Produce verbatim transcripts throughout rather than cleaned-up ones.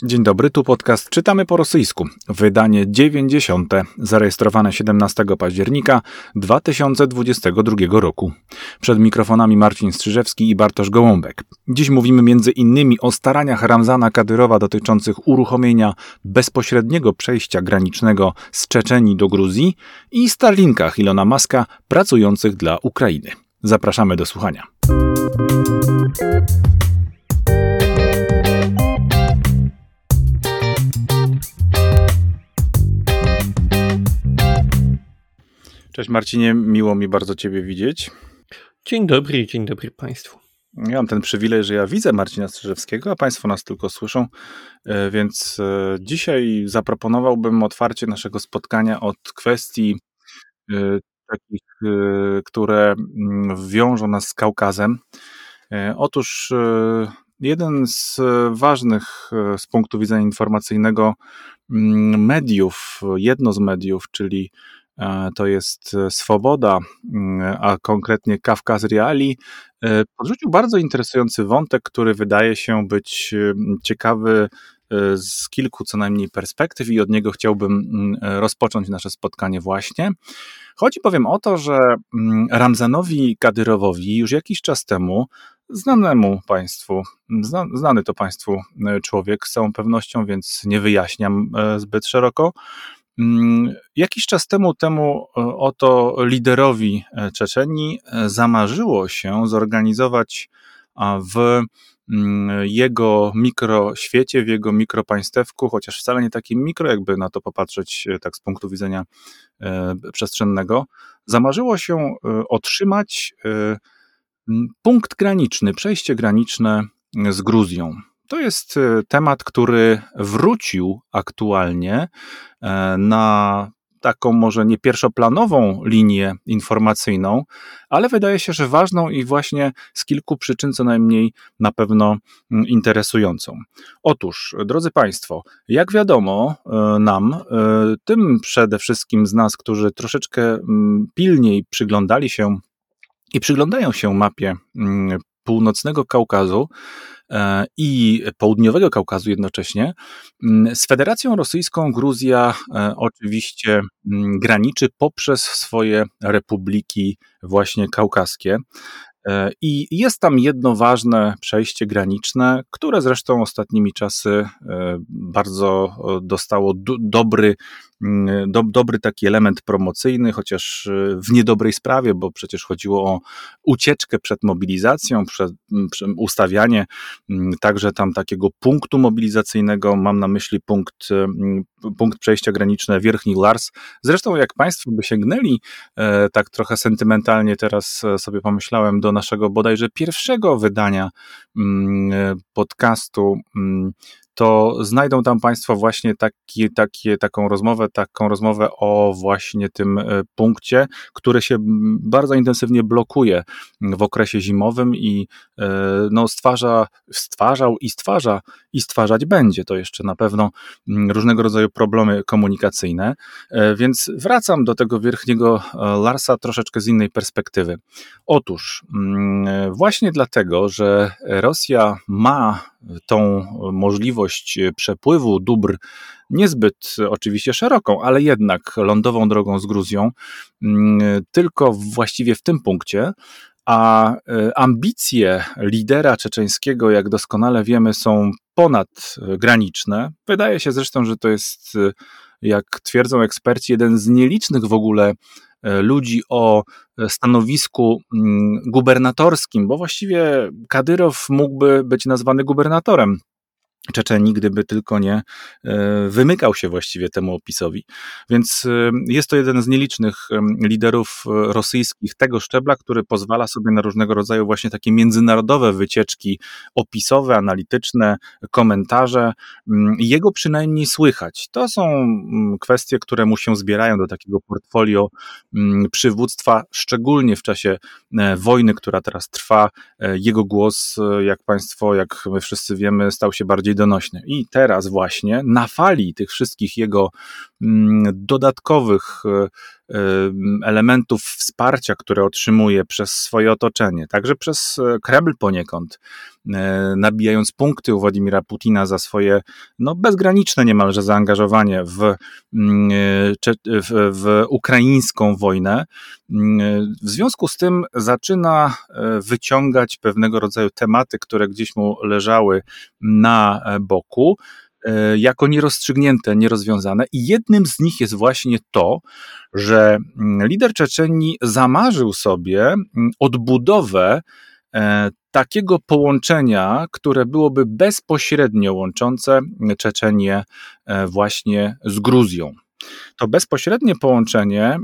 Dzień dobry, tu podcast Czytamy po rosyjsku. Wydanie dziewięćdziesiąte, zarejestrowane siedemnastego października dwa tysiące dwudziestego drugiego roku. Przed mikrofonami Marcin Strzyżewski i Bartosz Gołąbek. Dziś mówimy między innymi o staraniach Ramzana Kadyrowa dotyczących uruchomienia bezpośredniego przejścia granicznego z Czeczenii do Gruzji i Starlinkach Ilona Muska pracujących dla Ukrainy. Zapraszamy do słuchania. Cześć Marcinie, miło mi bardzo Ciebie widzieć. Dzień dobry, dzień dobry Państwu. Ja mam ten przywilej, że ja widzę Marcina Strzyżewskiego, a Państwo nas tylko słyszą, więc dzisiaj zaproponowałbym otwarcie naszego spotkania od kwestii takich, które wiążą nas z Kaukazem. Otóż jeden z ważnych z punktu widzenia informacyjnego mediów, jedno z mediów, czyli to jest Swoboda, a konkretnie Kawkaz Reali, podrzucił bardzo interesujący wątek, który wydaje się być ciekawy z kilku co najmniej perspektyw i od niego chciałbym rozpocząć nasze spotkanie właśnie. Chodzi bowiem o to, że Ramzanowi Kadyrowowi już jakiś czas temu, znanemu Państwu, zna, znany to Państwu człowiek z całą pewnością, więc nie wyjaśniam zbyt szeroko, Jakiś czas temu temu oto liderowi Czeczenii zamarzyło się zorganizować w jego mikroświecie, w jego mikropaństewku, chociaż wcale nie takim mikro, jakby na to popatrzeć tak z punktu widzenia przestrzennego, zamarzyło się otrzymać punkt graniczny, przejście graniczne z Gruzją. To jest temat, który wrócił aktualnie na taką może nie pierwszoplanową linię informacyjną, ale wydaje się, że ważną i właśnie z kilku przyczyn co najmniej na pewno interesującą. Otóż, drodzy Państwo, jak wiadomo nam, tym przede wszystkim z nas, którzy troszeczkę pilniej przyglądali się i przyglądają się mapie północnego Kaukazu i południowego Kaukazu jednocześnie, z Federacją Rosyjską Gruzja oczywiście graniczy poprzez swoje republiki właśnie kaukaskie. I jest tam jedno ważne przejście graniczne, które zresztą ostatnimi czasy bardzo dostało do, dobry, do, dobry taki element promocyjny, chociaż w niedobrej sprawie, bo przecież chodziło o ucieczkę przed mobilizacją, przed, przed ustawianie także tam takiego punktu mobilizacyjnego, mam na myśli punkt, punkt przejścia graniczne Wierchni Lars. Zresztą jak Państwo by sięgnęli tak trochę sentymentalnie, teraz sobie pomyślałem, do naszego bodajże pierwszego wydania podcastu, to znajdą tam Państwo właśnie taki, taki, taką rozmowę, taką rozmowę o właśnie tym punkcie, który się bardzo intensywnie blokuje w okresie zimowym i no, stwarza, stwarzał i stwarza i stwarzać będzie. To jeszcze na pewno różnego rodzaju problemy komunikacyjne. Więc wracam do tego Wierchniego Larsa troszeczkę z innej perspektywy. Otóż właśnie dlatego, że Rosja ma tą możliwość przepływu dóbr niezbyt oczywiście szeroką, ale jednak lądową drogą z Gruzją, tylko właściwie w tym punkcie, a ambicje lidera czeczeńskiego, jak doskonale wiemy, są ponadgraniczne. Wydaje się zresztą, że to jest, jak twierdzą eksperci, jeden z nielicznych w ogóle ludzi o stanowisku gubernatorskim, bo właściwie Kadyrow mógłby być nazwany gubernatorem Czeczenii, gdyby tylko nie wymykał się właściwie temu opisowi. Więc jest to jeden z nielicznych liderów rosyjskich tego szczebla, który pozwala sobie na różnego rodzaju właśnie takie międzynarodowe wycieczki opisowe, analityczne, komentarze. Jego przynajmniej słychać. To są kwestie, które mu się zbierają do takiego portfolio przywództwa, szczególnie w czasie wojny, która teraz trwa. Jego głos, jak Państwo, jak my wszyscy wiemy, stał się bardziej donośny. I teraz właśnie na fali tych wszystkich jego dodatkowych elementów wsparcia, które otrzymuje przez swoje otoczenie, także przez Kreml poniekąd, nabijając punkty u Władimira Putina za swoje no, bezgraniczne niemalże zaangażowanie w, w, w ukraińską wojnę. W związku z tym zaczyna wyciągać pewnego rodzaju tematy, które gdzieś mu leżały na boku, jako nierozstrzygnięte, nierozwiązane. I jednym z nich jest właśnie to, że lider Czeczenii zamarzył sobie odbudowę takiego połączenia, które byłoby bezpośrednio łączące Czeczenię właśnie z Gruzją. To bezpośrednie połączenie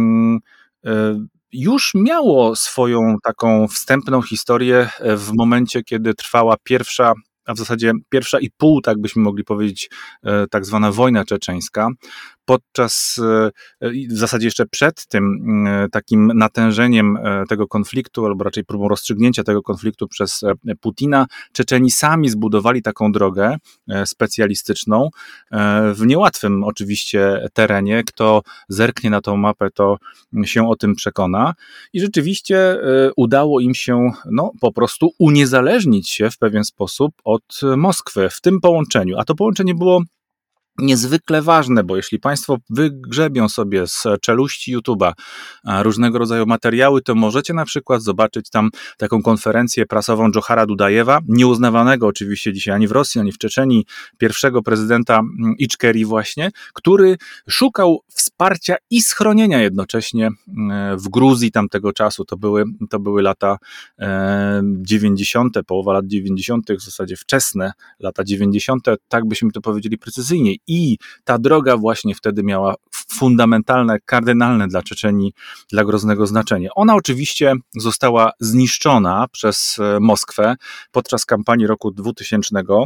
już miało swoją taką wstępną historię w momencie, kiedy trwała pierwsza, a w zasadzie pierwsza i pół, tak byśmy mogli powiedzieć, tak zwana wojna czeczeńska. Podczas, w zasadzie jeszcze przed tym takim natężeniem tego konfliktu, albo raczej próbą rozstrzygnięcia tego konfliktu przez Putina, Czeczeni sami zbudowali taką drogę specjalistyczną w niełatwym oczywiście terenie. Kto zerknie na tą mapę, to się o tym przekona. I rzeczywiście udało im się no, po prostu uniezależnić się w pewien sposób od Moskwy w tym połączeniu. A to połączenie było niezwykle ważne, bo jeśli Państwo wygrzebią sobie z czeluści YouTube'a różnego rodzaju materiały, to możecie na przykład zobaczyć tam taką konferencję prasową Dżochara Dudajewa, nieuznawanego oczywiście dzisiaj ani w Rosji, ani w Czeczenii, pierwszego prezydenta Iczkerii właśnie, który szukał wsparcia i schronienia jednocześnie w Gruzji tamtego czasu. To były, to były lata dziewięćdziesiąte, połowa lat dziewięćdziesiątych, w zasadzie wczesne lata dziewięćdziesiąte, tak byśmy to powiedzieli precyzyjniej. I ta droga właśnie wtedy miała fundamentalne, kardynalne dla Czeczenii, dla Groznego znaczenie. Ona oczywiście została zniszczona przez Moskwę podczas kampanii roku dwutysięcznego.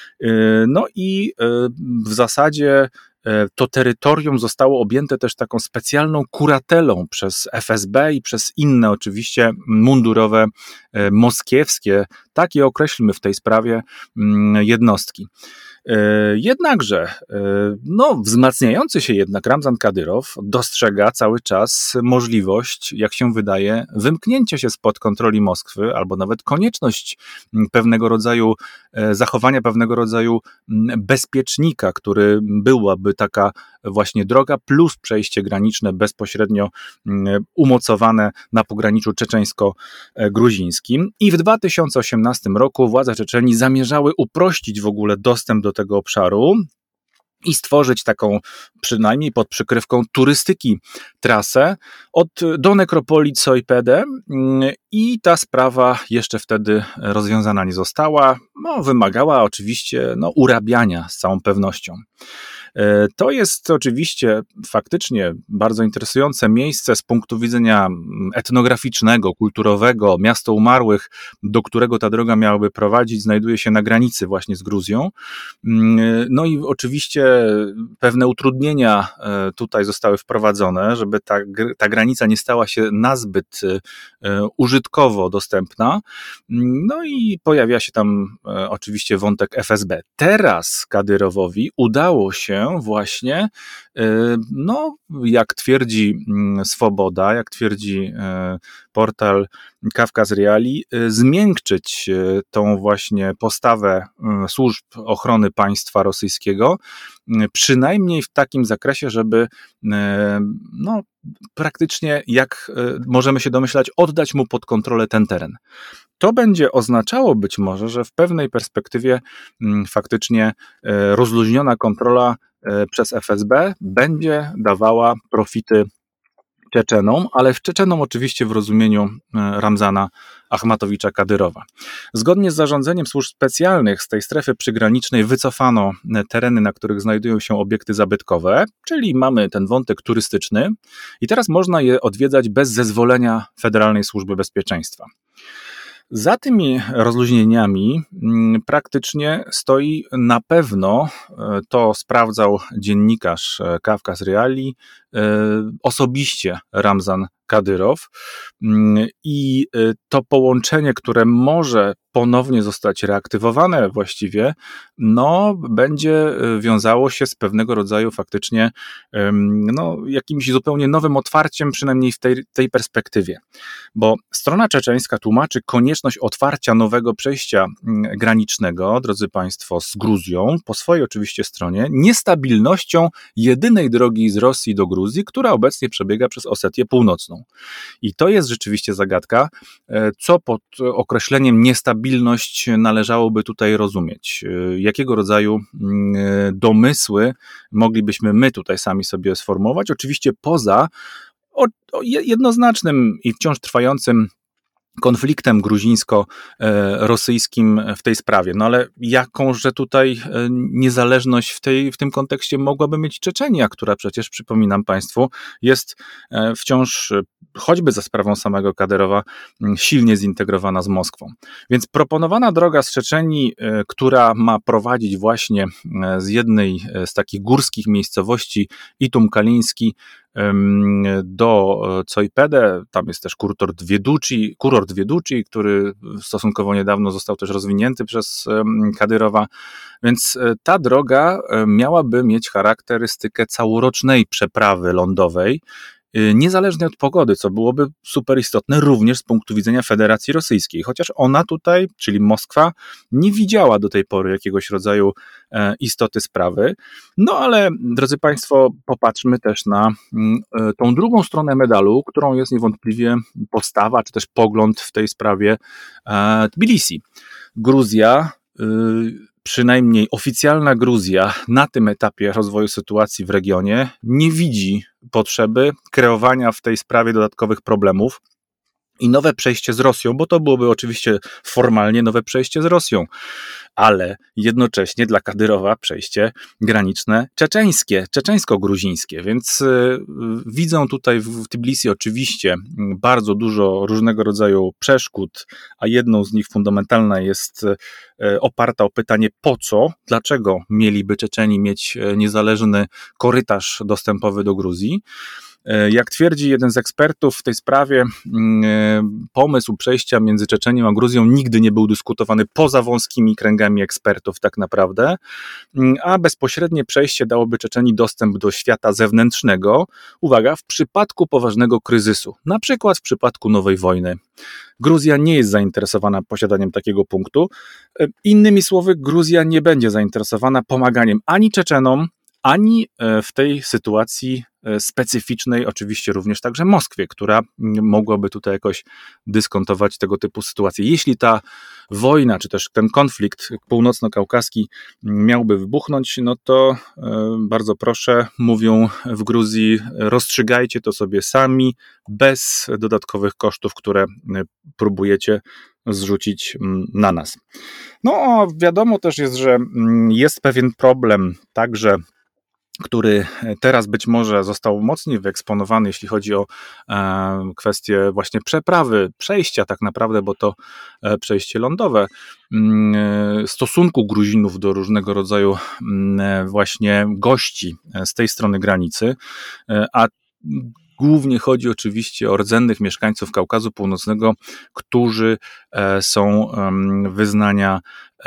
No i w zasadzie to terytorium zostało objęte też taką specjalną kuratelą przez F S B i przez inne oczywiście mundurowe moskiewskie, tak je określmy w tej sprawie, jednostki. Jednakże, no, wzmacniający się jednak Ramzan Kadyrow dostrzega cały czas możliwość, jak się wydaje, wymknięcia się spod kontroli Moskwy, albo nawet konieczność pewnego rodzaju zachowania pewnego rodzaju bezpiecznika, który byłaby taka właśnie droga, plus przejście graniczne bezpośrednio umocowane na pograniczu czeczeńsko-gruzińskim. I w dwa tysiące osiemnastym roku władze Czeczenii zamierzały uprościć w ogóle dostęp do tego obszaru i stworzyć taką, przynajmniej pod przykrywką turystyki, trasę od, do nekropolii Tsojpede, i ta sprawa jeszcze wtedy rozwiązana nie została. No, wymagała oczywiście no, urabiania z całą pewnością. To jest oczywiście faktycznie bardzo interesujące miejsce z punktu widzenia etnograficznego, kulturowego. Miasto Umarłych, do którego ta droga miałaby prowadzić, znajduje się na granicy właśnie z Gruzją. No i oczywiście pewne utrudnienia tutaj zostały wprowadzone, żeby ta, ta granica nie stała się nazbyt użytkowo dostępna. No i pojawia się tam oczywiście wątek F S B. Teraz Kadyrowowi udało się właśnie, no jak twierdzi Swoboda, jak twierdzi portal Kawkaz Reali, zmiękczyć tą właśnie postawę służb ochrony państwa rosyjskiego, przynajmniej w takim zakresie, żeby no praktycznie, jak możemy się domyślać, oddać mu pod kontrolę ten teren. To będzie oznaczało być może, że w pewnej perspektywie faktycznie rozluźniona kontrola przez F S B będzie dawała profity Czeczenom, ale w Czeczenom oczywiście w rozumieniu Ramzana Achmatowicza Kadyrowa. Zgodnie z zarządzeniem służb specjalnych z tej strefy przygranicznej wycofano tereny, na których znajdują się obiekty zabytkowe, czyli mamy ten wątek turystyczny i teraz można je odwiedzać bez zezwolenia Federalnej Służby Bezpieczeństwa. Za tymi rozluźnieniami praktycznie stoi na pewno, to sprawdzał dziennikarz Kawkaz Reali, osobiście Ramzan Kadyrow, i to połączenie, które może ponownie zostać reaktywowane właściwie, no będzie wiązało się z pewnego rodzaju faktycznie no, jakimś zupełnie nowym otwarciem, przynajmniej w tej, tej perspektywie. Bo strona czeczeńska tłumaczy konieczność otwarcia nowego przejścia granicznego, drodzy Państwo, z Gruzją, po swojej oczywiście stronie, niestabilnością jedynej drogi z Rosji do Gruzji, która obecnie przebiega przez Osetię Północną. I to jest rzeczywiście zagadka, co pod określeniem niestabilność należałoby tutaj rozumieć. Jakiego rodzaju domysły moglibyśmy my tutaj sami sobie sformułować, oczywiście poza jednoznacznym i wciąż trwającym konfliktem gruzińsko-rosyjskim w tej sprawie. No ale jakąże tutaj niezależność w, tej, w tym kontekście mogłaby mieć Czeczenia, która przecież, przypominam Państwu, jest wciąż, choćby za sprawą samego Kadyrowa, silnie zintegrowana z Moskwą. Więc proponowana droga z Czeczenii, która ma prowadzić właśnie z jednej z takich górskich miejscowości, Itum-Kaliński, do Cojpede, tam jest też kurort Wieduci, kurort Wieduci, który stosunkowo niedawno został też rozwinięty przez Kadyrowa, więc ta droga miałaby mieć charakterystykę całorocznej przeprawy lądowej, niezależnie od pogody, co byłoby super istotne również z punktu widzenia Federacji Rosyjskiej, chociaż ona tutaj, czyli Moskwa, nie widziała do tej pory jakiegoś rodzaju istoty sprawy. No ale, drodzy Państwo, popatrzmy też na tą drugą stronę medalu, którą jest niewątpliwie postawa, czy też pogląd w tej sprawie Tbilisi. Gruzja, przynajmniej oficjalna Gruzja na tym etapie rozwoju sytuacji w regionie nie widzi potrzeby kreowania w tej sprawie dodatkowych problemów i nowe przejście z Rosją, bo to byłoby oczywiście formalnie nowe przejście z Rosją, ale jednocześnie dla Kadyrowa przejście graniczne czeczeńskie, czeczeńsko-gruzińskie, więc y, widzą tutaj w Tbilisi oczywiście bardzo dużo różnego rodzaju przeszkód, a jedną z nich fundamentalna jest y, oparta o pytanie po co, dlaczego mieliby Czeczeni mieć niezależny korytarz dostępowy do Gruzji. Jak twierdzi jeden z ekspertów w tej sprawie, pomysł przejścia między Czeczenią a Gruzją nigdy nie był dyskutowany poza wąskimi kręgami ekspertów tak naprawdę, a bezpośrednie przejście dałoby Czeczenii dostęp do świata zewnętrznego, uwaga, w przypadku poważnego kryzysu, na przykład w przypadku nowej wojny. Gruzja nie jest zainteresowana posiadaniem takiego punktu. Innymi słowy, Gruzja nie będzie zainteresowana pomaganiem ani Czeczenom, ani w tej sytuacji specyficznej, oczywiście również także Moskwie, która mogłaby tutaj jakoś dyskontować tego typu sytuacje. Jeśli ta wojna, czy też ten konflikt północno-kaukaski miałby wybuchnąć, no to bardzo proszę, mówią w Gruzji, rozstrzygajcie to sobie sami, bez dodatkowych kosztów, które próbujecie zrzucić na nas. No, wiadomo też jest, że jest pewien problem także, który teraz być może został mocniej wyeksponowany, jeśli chodzi o e, kwestię właśnie przeprawy, przejścia tak naprawdę, bo to e, przejście lądowe, e, stosunku Gruzinów do różnego rodzaju e, właśnie gości z tej strony granicy, e, a głównie chodzi oczywiście o rdzennych mieszkańców Kaukazu Północnego, którzy e, są e, wyznania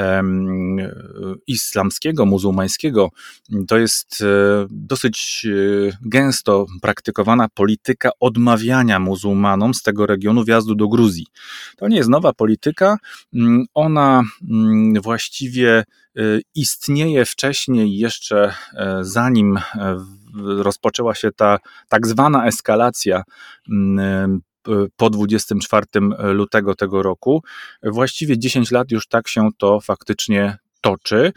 islamskiego, muzułmańskiego. To jest dosyć gęsto praktykowana polityka odmawiania muzułmanom z tego regionu wjazdu do Gruzji. To nie jest nowa polityka, ona właściwie istnieje wcześniej, jeszcze zanim rozpoczęła się ta tak zwana eskalacja po dwudziestego czwartego lutego tego roku. Właściwie dziesięć lat już tak się to faktycznie toczy.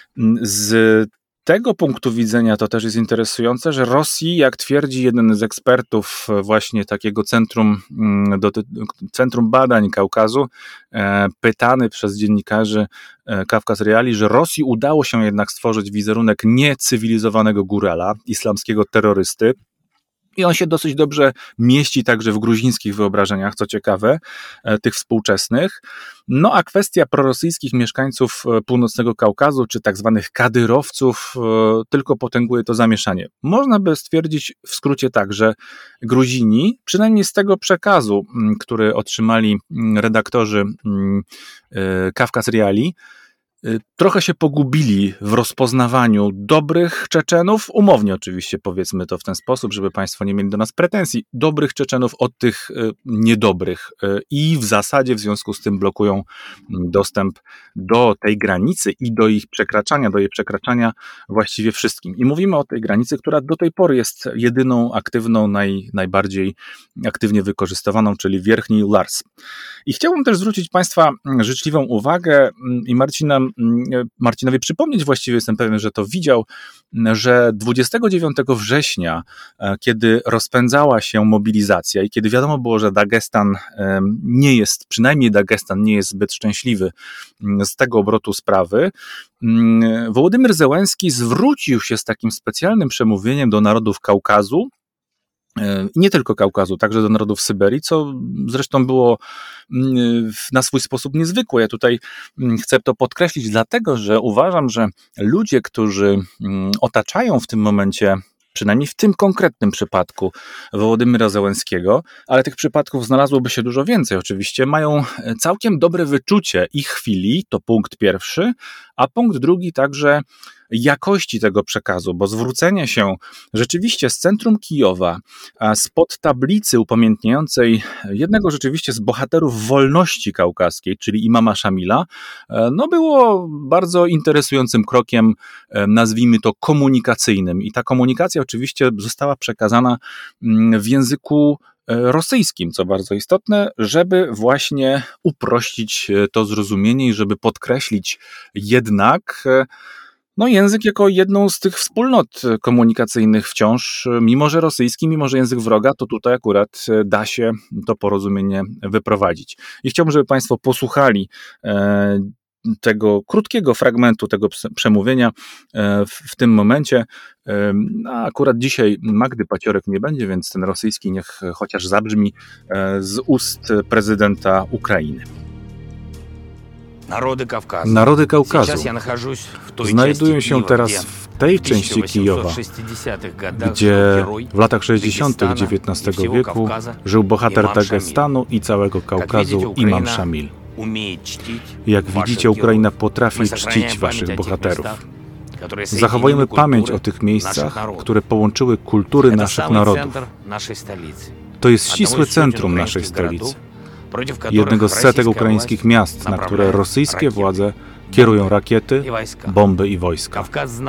Z tego punktu widzenia to też jest interesujące, że Rosji, jak twierdzi jeden z ekspertów właśnie takiego centrum, do, centrum badań Kaukazu, pytany przez dziennikarzy Kawkaz Reali, że Rosji udało się jednak stworzyć wizerunek niecywilizowanego górala, islamskiego terrorysty, I on się dosyć dobrze mieści także w gruzińskich wyobrażeniach, co ciekawe, tych współczesnych. No a kwestia prorosyjskich mieszkańców północnego Kaukazu, czy tak zwanych kadyrowców, tylko potęguje to zamieszanie. Można by stwierdzić w skrócie tak, że Gruzini, przynajmniej z tego przekazu, który otrzymali redaktorzy Kawkaz Reali, trochę się pogubili w rozpoznawaniu dobrych Czeczenów, umownie oczywiście powiedzmy to w ten sposób, żeby Państwo nie mieli do nas pretensji, dobrych Czeczenów od tych niedobrych i w zasadzie w związku z tym blokują dostęp do tej granicy i do ich przekraczania, do jej przekraczania właściwie wszystkim. I mówimy o tej granicy, która do tej pory jest jedyną aktywną, naj, najbardziej aktywnie wykorzystywaną, czyli Wierchni Lars. I chciałbym też zwrócić Państwa życzliwą uwagę i Marcina Marcinowi przypomnieć, właściwie jestem pewien, że to widział, że dwudziestego dziewiątego września, kiedy rozpędzała się mobilizacja i kiedy wiadomo było, że Dagestan nie jest, przynajmniej Dagestan nie jest zbyt szczęśliwy z tego obrotu sprawy, Wołodymyr Zełenski zwrócił się z takim specjalnym przemówieniem do narodów Kaukazu, nie tylko Kaukazu, także do narodów Syberii, co zresztą było na swój sposób niezwykłe. Ja tutaj chcę to podkreślić, dlatego że uważam, że ludzie, którzy otaczają w tym momencie, przynajmniej w tym konkretnym przypadku, Wołodymyra Zełenskiego, ale tych przypadków znalazłoby się dużo więcej oczywiście, mają całkiem dobre wyczucie ich chwili, to punkt pierwszy, a punkt drugi także jakości tego przekazu, bo zwrócenie się rzeczywiście z centrum Kijowa, spod tablicy upamiętniającej jednego rzeczywiście z bohaterów wolności kaukaskiej, czyli imama Szamila, no było bardzo interesującym krokiem, nazwijmy to komunikacyjnym. I ta komunikacja oczywiście została przekazana w języku rosyjskim, co bardzo istotne, żeby właśnie uprościć to zrozumienie i żeby podkreślić jednak no język jako jedną z tych wspólnot komunikacyjnych wciąż, mimo że rosyjski, mimo że język wroga, to tutaj akurat da się to porozumienie wyprowadzić. I chciałbym, żeby Państwo posłuchali tego krótkiego fragmentu tego przemówienia w tym momencie. A akurat dzisiaj Magdy Paciorek nie będzie, więc ten rosyjski niech chociaż zabrzmi z ust prezydenta Ukrainy. Narody Kaukazu znajdują się teraz w tej części Kijowa, gdzie w latach sześćdziesiątych dziewiętnastego wieku żył bohater Dagestanu i całego Kaukazu Imam Szamil. Jak widzicie, Ukraina potrafi czcić waszych bohaterów. Zachowajmy pamięć o tych miejscach, które połączyły kultury naszych narodów. To jest ścisłe centrum naszej stolicy, jednego z setek ukraińskich miast, na które rosyjskie władze kierują rakiety, bomby i wojska.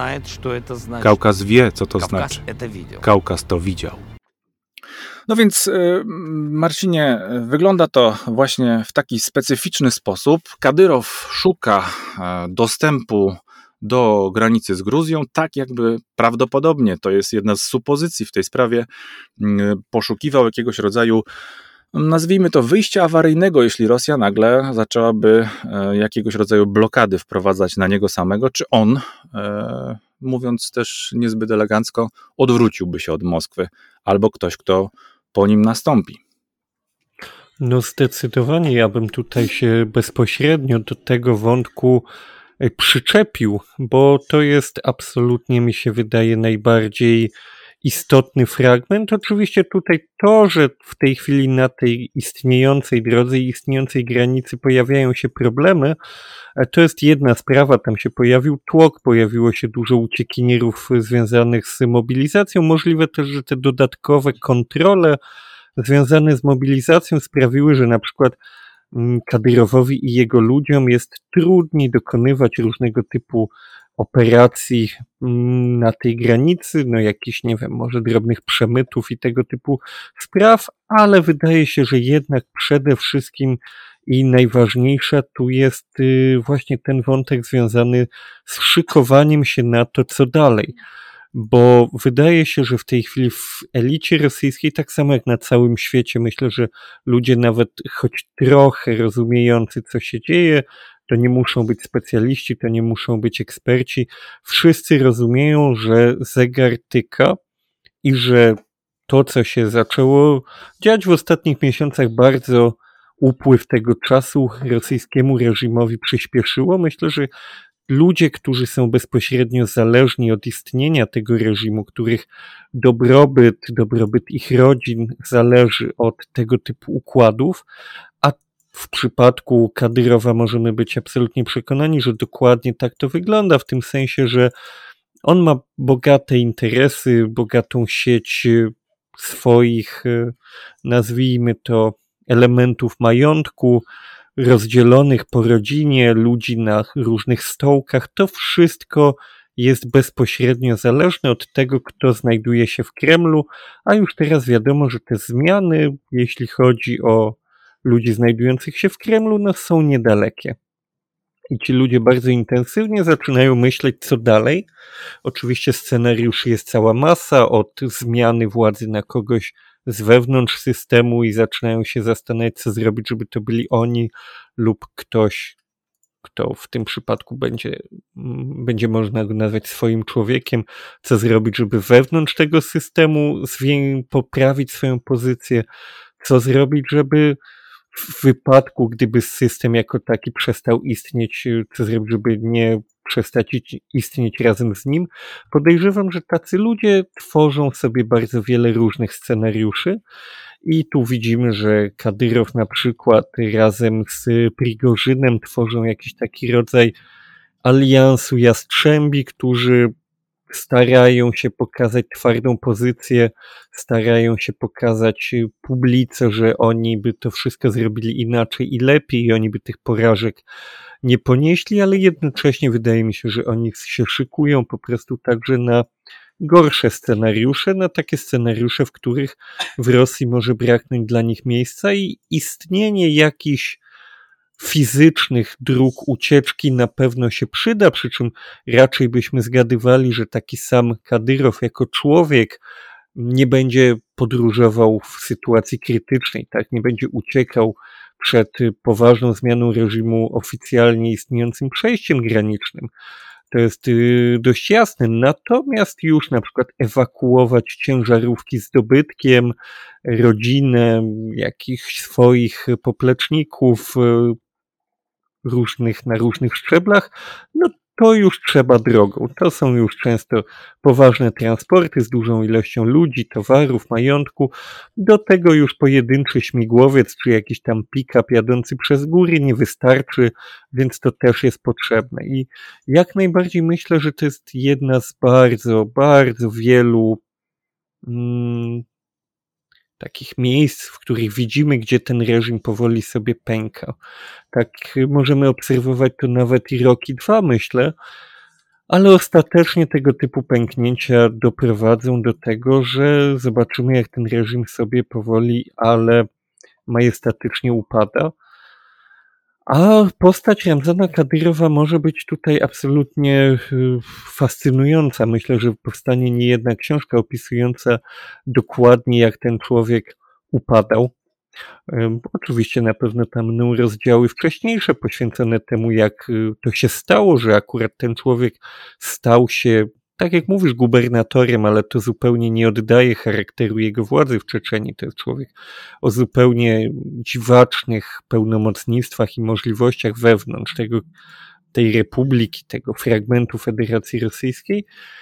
Kaukaz wie, co to znaczy. Kaukaz to widział. No więc, Marcinie, wygląda to właśnie w taki specyficzny sposób. Kadyrow szuka dostępu do granicy z Gruzją, tak jakby prawdopodobnie, to jest jedna z supozycji w tej sprawie, poszukiwał jakiegoś rodzaju, nazwijmy to, wyjścia awaryjnego, jeśli Rosja nagle zaczęłaby jakiegoś rodzaju blokady wprowadzać na niego samego, czy on, mówiąc też niezbyt elegancko, odwróciłby się od Moskwy, albo ktoś, kto po nim nastąpi. No zdecydowanie ja bym tutaj się bezpośrednio do tego wątku przyczepił, bo to jest absolutnie, mi się wydaje, najbardziej istotny fragment. Oczywiście tutaj to, że w tej chwili na tej istniejącej drodze i istniejącej granicy pojawiają się problemy, to jest jedna sprawa. Tam się pojawił tłok, pojawiło się dużo uciekinierów związanych z mobilizacją. Możliwe też, że te dodatkowe kontrole związane z mobilizacją sprawiły, że na przykład Kadyrowowi i jego ludziom jest trudniej dokonywać różnego typu operacji na tej granicy, no jakichś, nie wiem, może drobnych przemytów i tego typu spraw, ale wydaje się, że jednak przede wszystkim i najważniejsza tu jest właśnie ten wątek związany z szykowaniem się na to, co dalej. Bo wydaje się, że w tej chwili w elicie rosyjskiej, tak samo jak na całym świecie, myślę, że ludzie nawet choć trochę rozumiejący, co się dzieje, to nie muszą być specjaliści, to nie muszą być eksperci. Wszyscy rozumieją, że zegar tyka i że to, co się zaczęło dziać w ostatnich miesiącach, bardzo upływ tego czasu rosyjskiemu reżimowi przyspieszyło. Myślę, że ludzie, którzy są bezpośrednio zależni od istnienia tego reżimu, których dobrobyt, dobrobyt ich rodzin zależy od tego typu układów, a w przypadku Kadyrowa możemy być absolutnie przekonani, że dokładnie tak to wygląda, w tym sensie, że on ma bogate interesy, bogatą sieć swoich, nazwijmy to, elementów majątku, rozdzielonych po rodzinie, ludzi na różnych stołkach. To wszystko jest bezpośrednio zależne od tego, kto znajduje się w Kremlu, a już teraz wiadomo, że te zmiany, jeśli chodzi o ludzi znajdujących się w Kremlu, no są niedalekie. I ci ludzie bardzo intensywnie zaczynają myśleć, co dalej. Oczywiście scenariuszy jest cała masa, od zmiany władzy na kogoś z wewnątrz systemu i zaczynają się zastanawiać, co zrobić, żeby to byli oni lub ktoś, kto w tym przypadku będzie, będzie można go nazwać swoim człowiekiem, co zrobić, żeby wewnątrz tego systemu zwię- poprawić swoją pozycję, co zrobić, żeby w wypadku, gdyby system jako taki przestał istnieć, co zrobić, żeby nie przestać istnieć razem z nim. Podejrzewam, że tacy ludzie tworzą sobie bardzo wiele różnych scenariuszy i tu widzimy, że Kadyrow na przykład razem z Prigorzynem tworzą jakiś taki rodzaj aliansu jastrzębi, którzy starają się pokazać twardą pozycję, starają się pokazać publice, że oni by to wszystko zrobili inaczej i lepiej i oni by tych porażek nie ponieśli, ale jednocześnie wydaje mi się, że oni się szykują po prostu także na gorsze scenariusze, na takie scenariusze, w których w Rosji może braknąć dla nich miejsca i istnienie jakichś fizycznych dróg ucieczki na pewno się przyda, przy czym raczej byśmy zgadywali, że taki sam Kadyrow jako człowiek nie będzie podróżował w sytuacji krytycznej, tak, nie będzie uciekał przed poważną zmianą reżimu oficjalnie istniejącym przejściem granicznym. To jest dość jasne. Natomiast już na przykład ewakuować ciężarówki z dobytkiem, rodzinę, jakichś swoich popleczników, różnych, na różnych szczeblach, no to już trzeba drogą. To są już często poważne transporty z dużą ilością ludzi, towarów, majątku. Do tego już pojedynczy śmigłowiec, czy jakiś tam pick-up jadący przez góry nie wystarczy, więc to też jest potrzebne. I jak najbardziej myślę, że to jest jedna z bardzo, bardzo wielu mm, takich miejsc, w których widzimy, gdzie ten reżim powoli sobie pęka. Tak możemy obserwować to nawet i rok i dwa, myślę, ale ostatecznie tego typu pęknięcia doprowadzą do tego, że zobaczymy, jak ten reżim sobie powoli, ale majestatycznie upada. A postać Ramzana Kadyrowa może być tutaj absolutnie fascynująca. Myślę, że powstanie niejedna książka opisująca dokładnie, jak ten człowiek upadał. Oczywiście na pewno tam będą rozdziały wcześniejsze poświęcone temu, jak to się stało, że akurat ten człowiek stał się, tak jak mówisz, gubernatorem, ale to zupełnie nie oddaje charakteru jego władzy w Czeczenii. To jest człowiek o zupełnie dziwacznych pełnomocnictwach i możliwościach wewnątrz tego, tej republiki, tego fragmentu Federacji Rosyjskiej.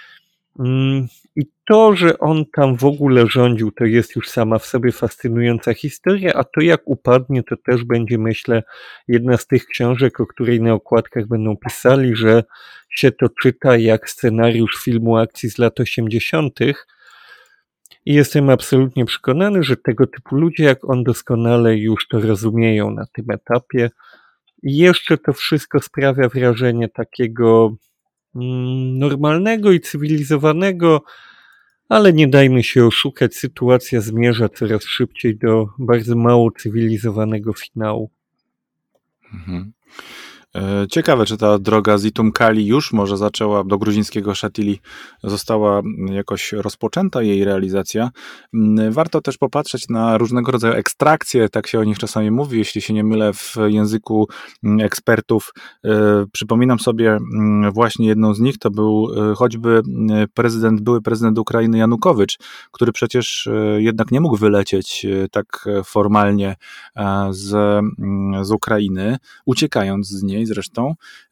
I to, że on tam w ogóle rządził, to jest już sama w sobie fascynująca historia, a to jak upadnie, to też będzie, myślę, jedna z tych książek, o której na okładkach będą pisali, że się to czyta jak scenariusz filmu akcji z lat osiemdziesiątych. I jestem absolutnie przekonany, że tego typu ludzie jak on doskonale już to rozumieją na tym etapie. I jeszcze to wszystko sprawia wrażenie takiego normalnego i cywilizowanego, ale nie dajmy się oszukać, sytuacja zmierza coraz szybciej do bardzo mało cywilizowanego finału. Mhm. Ciekawe, czy ta droga z Itumkali już może zaczęła, do gruzińskiego Szatili została jakoś rozpoczęta jej realizacja. Warto też popatrzeć na różnego rodzaju ekstrakcje, tak się o nich czasami mówi, jeśli się nie mylę w języku ekspertów. Przypominam sobie właśnie jedną z nich, to był choćby prezydent, były prezydent Ukrainy Janukowycz, który przecież jednak nie mógł wylecieć tak formalnie z, z Ukrainy, uciekając z niej zresztą,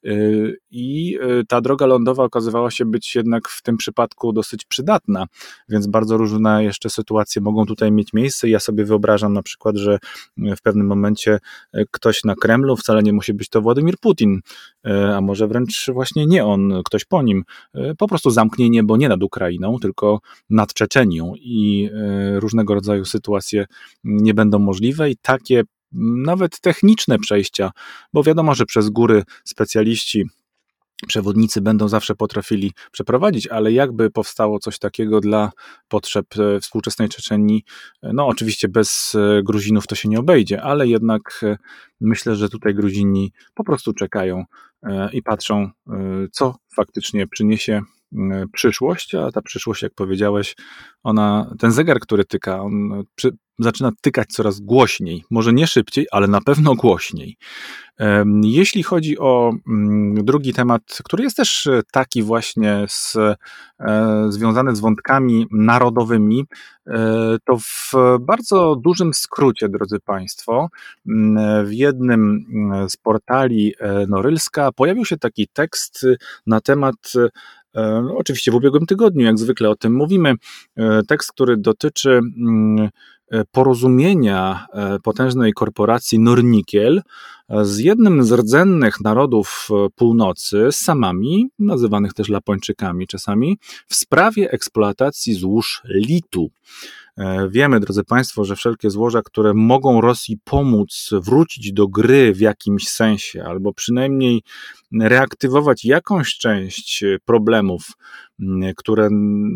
i ta droga lądowa okazywała się być jednak w tym przypadku dosyć przydatna, więc bardzo różne jeszcze sytuacje mogą tutaj mieć miejsce. Ja sobie wyobrażam na przykład, że w pewnym momencie ktoś na Kremlu, wcale nie musi być to Władimir Putin, a może wręcz właśnie nie on, ktoś po nim, po prostu zamknie niebo nie nad Ukrainą, tylko nad Czeczenią i różnego rodzaju sytuacje nie będą możliwe i takie nawet techniczne przejścia, bo wiadomo, że przez góry specjaliści, przewodnicy będą zawsze potrafili przeprowadzić, ale jakby powstało coś takiego dla potrzeb współczesnej Czeczenii, no oczywiście bez Gruzinów to się nie obejdzie, ale jednak myślę, że tutaj Gruzini po prostu czekają i patrzą, co faktycznie przyniesie przyszłość, a ta przyszłość, jak powiedziałeś, ona, ten zegar, który tyka, on przy, zaczyna tykać coraz głośniej, może nie szybciej, ale na pewno głośniej. Jeśli chodzi o drugi temat, który jest też taki właśnie z, związany z wątkami narodowymi, to w bardzo dużym skrócie, drodzy Państwo, w jednym z portali Norylska pojawił się taki tekst na temat, no oczywiście w ubiegłym tygodniu, jak zwykle o tym mówimy, tekst, który dotyczy porozumienia potężnej korporacji Nornickel z jednym z rdzennych narodów północy, z Samami, nazywanych też Lapończykami czasami, w sprawie eksploatacji złóż litu. Wiemy, drodzy Państwo, że wszelkie złoża, które mogą Rosji pomóc wrócić do gry w jakimś sensie, albo przynajmniej reaktywować jakąś część problemów, które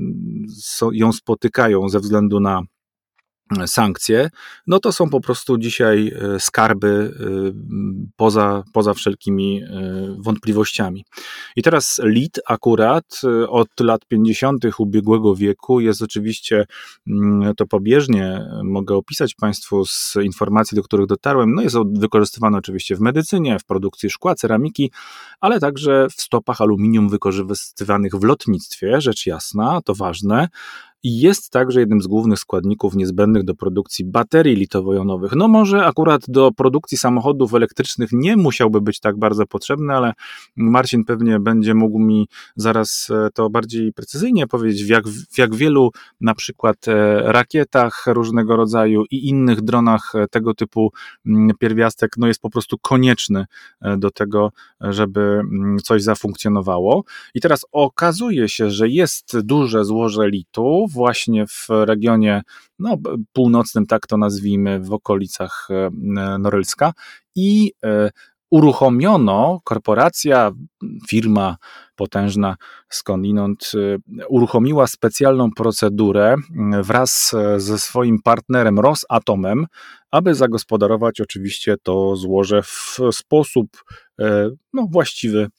ją spotykają ze względu na sankcje, no to są po prostu dzisiaj skarby poza, poza wszelkimi wątpliwościami. I teraz lit akurat od lat pięćdziesiątych ubiegłego wieku jest oczywiście, to pobieżnie mogę opisać Państwu z informacji, do których dotarłem, no jest wykorzystywany oczywiście w medycynie, w produkcji szkła, ceramiki, ale także w stopach aluminium wykorzystywanych w lotnictwie, rzecz jasna, to ważne. I jest także jednym z głównych składników niezbędnych do produkcji baterii litowo-jonowych. No może akurat do produkcji samochodów elektrycznych nie musiałby być tak bardzo potrzebny, ale Marcin pewnie będzie mógł mi zaraz to bardziej precyzyjnie powiedzieć, w jak, w jak wielu na przykład rakietach różnego rodzaju i innych dronach tego typu pierwiastek no jest po prostu konieczny do tego, żeby coś zafunkcjonowało. I teraz okazuje się, że jest duże złoże litu właśnie w regionie no, północnym, tak to nazwijmy, w okolicach Norylska i uruchomiono, korporacja, firma potężna skądinąd uruchomiła specjalną procedurę wraz ze swoim partnerem Rosatomem, aby zagospodarować oczywiście to złoże w sposób no, właściwy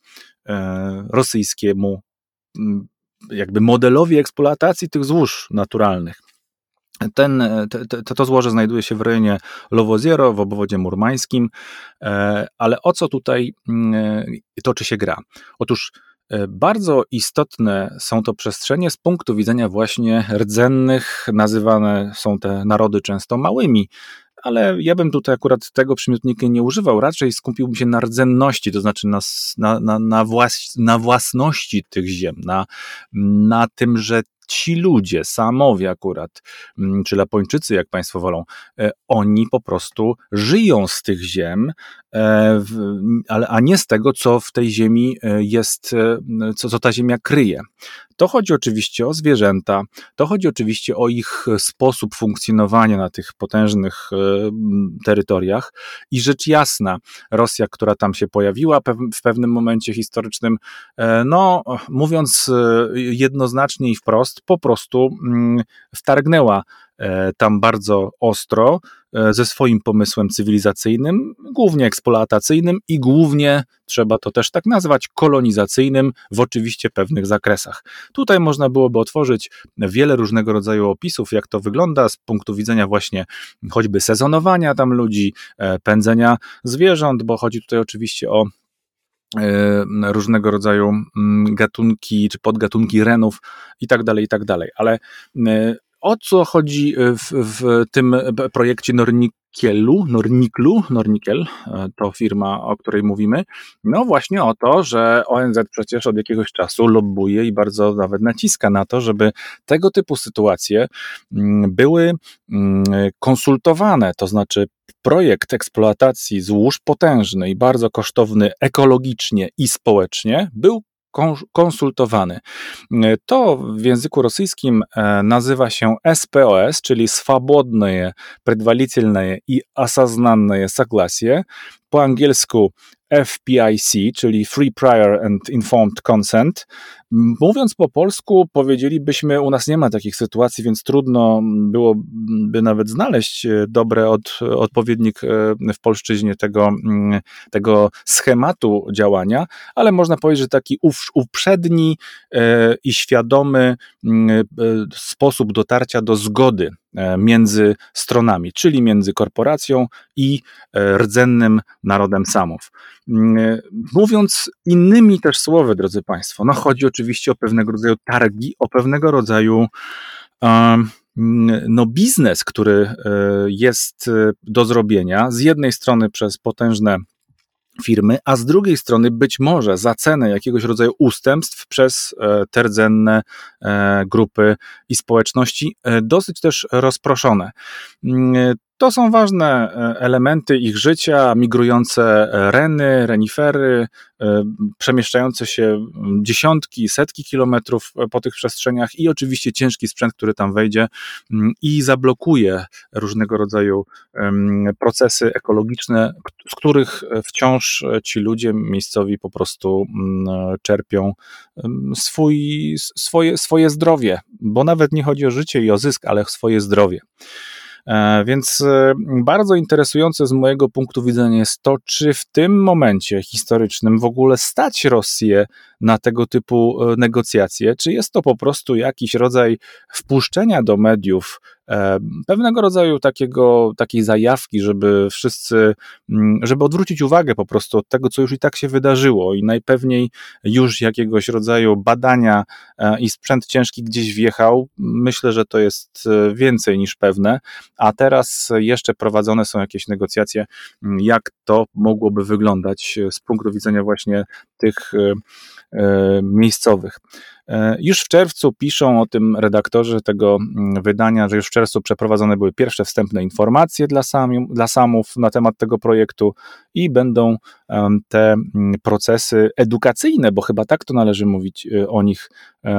rosyjskiemu jakby modelowi eksploatacji tych złóż naturalnych. Ten, to, to złoże znajduje się w rejonie Lowoziero w obwodzie murmańskim, ale o co tutaj toczy się gra? Otóż bardzo istotne są to przestrzenie z punktu widzenia właśnie rdzennych, nazywane są te narody często małymi, ale ja bym tutaj akurat tego przymiotnika nie używał, raczej skupiłbym się na rdzenności, to znaczy na, na, na, włas, na własności tych ziem, na, na tym, że ci ludzie, Samowie akurat, czy Lapończycy, jak Państwo wolą, oni po prostu żyją z tych ziem, ale, a nie z tego, co w tej ziemi jest, co, co ta ziemia kryje. To chodzi oczywiście o zwierzęta, to chodzi oczywiście o ich sposób funkcjonowania na tych potężnych terytoriach i rzecz jasna, Rosja, która tam się pojawiła w pewnym momencie historycznym, no mówiąc jednoznacznie i wprost, po prostu wtargnęła tam bardzo ostro, ze swoim pomysłem cywilizacyjnym, głównie eksploatacyjnym i głównie, trzeba to też tak nazwać, kolonizacyjnym w oczywiście pewnych zakresach. Tutaj można byłoby otworzyć wiele różnego rodzaju opisów, jak to wygląda z punktu widzenia właśnie choćby sezonowania tam ludzi, pędzenia zwierząt, bo chodzi tutaj oczywiście o różnego rodzaju gatunki czy podgatunki renów i tak dalej, i tak dalej. Ale o co chodzi w, w tym projekcie Nornikelu, Norniklu, Nornikel, to firma, o której mówimy? No właśnie o to, że O N Z przecież od jakiegoś czasu lobbuje i bardzo nawet naciska na to, żeby tego typu sytuacje były konsultowane, to znaczy projekt eksploatacji złóż potężny i bardzo kosztowny ekologicznie i społecznie był konsultowany. To w języku rosyjskim nazywa się S P O S, czyli Swobodne, Предварительное и Осознанное Согласие, po angielsku F P I C, czyli Free Prior and Informed Consent. Mówiąc po polsku, powiedzielibyśmy, u nas nie ma takich sytuacji, więc trudno byłoby nawet znaleźć dobry od, odpowiednik w polszczyźnie tego, tego schematu działania, ale można powiedzieć, że taki uprzedni i świadomy sposób dotarcia do zgody między stronami, czyli między korporacją i rdzennym narodem Samów. Mówiąc innymi też słowy, drodzy Państwo, no chodzi oczywiście o pewnego rodzaju targi, o pewnego rodzaju no biznes, który jest do zrobienia z jednej strony przez potężne firmy, a z drugiej strony być może za cenę jakiegoś rodzaju ustępstw przez te rdzenne grupy i społeczności dosyć też rozproszone. To są ważne elementy ich życia, migrujące reny, renifery, przemieszczające się dziesiątki, setki kilometrów po tych przestrzeniach i oczywiście ciężki sprzęt, który tam wejdzie i zablokuje różnego rodzaju procesy ekologiczne, z których wciąż ci ludzie miejscowi po prostu czerpią swój, swoje, swoje zdrowie, bo nawet nie chodzi o życie i o zysk, ale o swoje zdrowie. Więc bardzo interesujące z mojego punktu widzenia jest to, czy w tym momencie historycznym w ogóle stać Rosję na tego typu negocjacje, czy jest to po prostu jakiś rodzaj wpuszczenia do mediów pewnego rodzaju takiego, takiej zajawki, żeby wszyscy, żeby odwrócić uwagę po prostu od tego, co już i tak się wydarzyło i najpewniej już jakiegoś rodzaju badania i sprzęt ciężki gdzieś wjechał. Myślę, że to jest więcej niż pewne, a teraz jeszcze prowadzone są jakieś negocjacje, jak to mogłoby wyglądać z punktu widzenia właśnie tych miejscowych. Już w czerwcu piszą o tym redaktorzy tego wydania, że już w czerwcu przeprowadzone były pierwsze wstępne informacje dla, sami, dla Samów na temat tego projektu i będą te procesy edukacyjne, bo chyba tak to należy mówić o nich,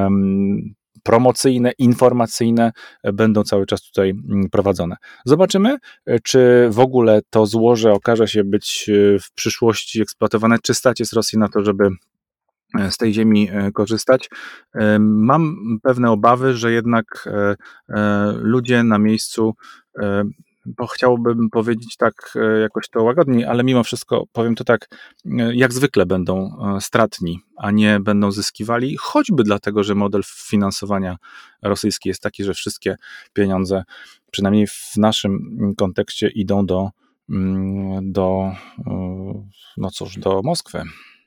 promocyjne, informacyjne będą cały czas tutaj prowadzone. Zobaczymy, czy w ogóle to złoże okaże się być w przyszłości eksploatowane, czy stać jest Rosji na to, żeby z tej ziemi korzystać. Mam pewne obawy, że jednak ludzie na miejscu, bo chciałbym powiedzieć tak jakoś to łagodniej, ale mimo wszystko powiem to tak, jak zwykle będą stratni, a nie będą zyskiwali, choćby dlatego, że model finansowania rosyjski jest taki, że wszystkie pieniądze, przynajmniej w naszym kontekście, idą do, do no cóż, do Moskwy.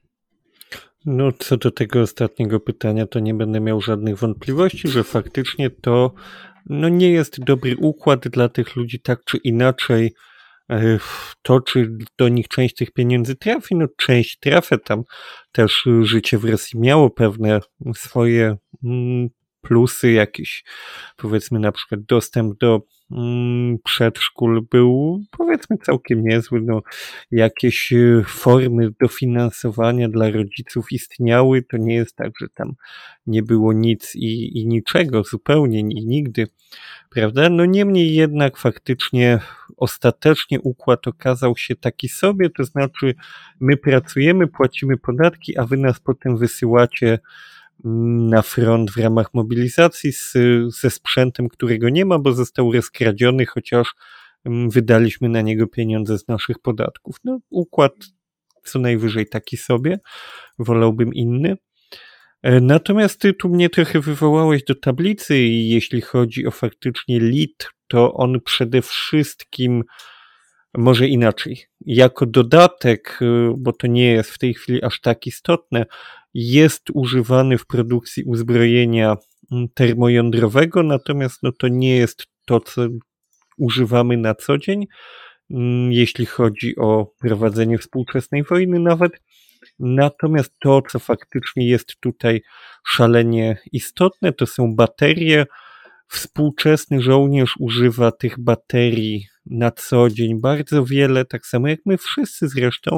No, co do tego ostatniego pytania, to nie będę miał żadnych wątpliwości, że faktycznie to no, nie jest dobry układ dla tych ludzi, tak czy inaczej. To, czy do nich część tych pieniędzy trafi, no część trafia, tam też życie w Rosji miało pewne swoje plusy, jakieś, powiedzmy na przykład dostęp do mm, przedszkól był powiedzmy całkiem niezły, no jakieś formy dofinansowania dla rodziców istniały, to nie jest tak, że tam nie było nic i, i niczego zupełnie i nigdy, prawda? No niemniej jednak faktycznie ostatecznie układ okazał się taki sobie, to znaczy my pracujemy, płacimy podatki, a wy nas potem wysyłacie na front w ramach mobilizacji z, ze sprzętem, którego nie ma, bo został rozkradziony, chociaż wydaliśmy na niego pieniądze z naszych podatków. No, układ co najwyżej taki sobie, wolałbym inny. Natomiast ty tu mnie trochę wywołałeś do tablicy i jeśli chodzi o faktycznie L I T, to on przede wszystkim, może inaczej, jako dodatek, bo to nie jest w tej chwili aż tak istotne, jest używany w produkcji uzbrojenia termojądrowego, natomiast no to nie jest to, co używamy na co dzień, jeśli chodzi o prowadzenie współczesnej wojny nawet. Natomiast to, co faktycznie jest tutaj szalenie istotne, to są baterie. Współczesny żołnierz używa tych baterii na co dzień bardzo wiele, tak samo jak my wszyscy zresztą,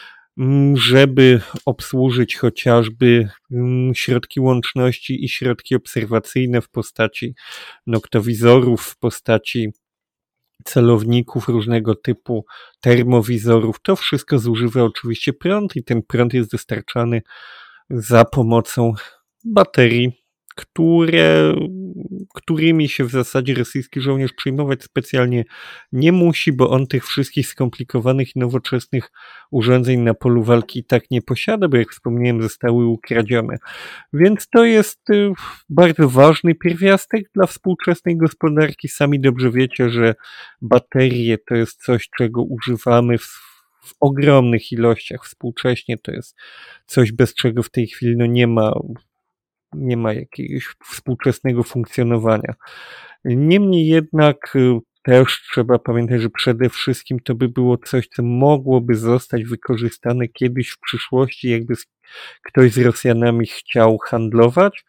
żeby obsłużyć chociażby środki łączności i środki obserwacyjne w postaci noktowizorów, w postaci celowników różnego typu, termowizorów. To wszystko zużywa oczywiście prąd i ten prąd jest dostarczany za pomocą baterii, które, którymi się w zasadzie rosyjski żołnierz przejmować specjalnie nie musi, bo on tych wszystkich skomplikowanych i nowoczesnych urządzeń na polu walki i tak nie posiada, bo jak wspomniałem, zostały ukradzione. Więc to jest bardzo ważny pierwiastek dla współczesnej gospodarki. Sami dobrze wiecie, że baterie to jest coś, czego używamy w w ogromnych ilościach współcześnie. To jest coś, bez czego w tej chwili no nie ma nie ma jakiegoś współczesnego funkcjonowania. Niemniej jednak też trzeba pamiętać, że przede wszystkim to by było coś, co mogłoby zostać wykorzystane kiedyś w przyszłości, jakby ktoś z Rosjanami chciał handlować.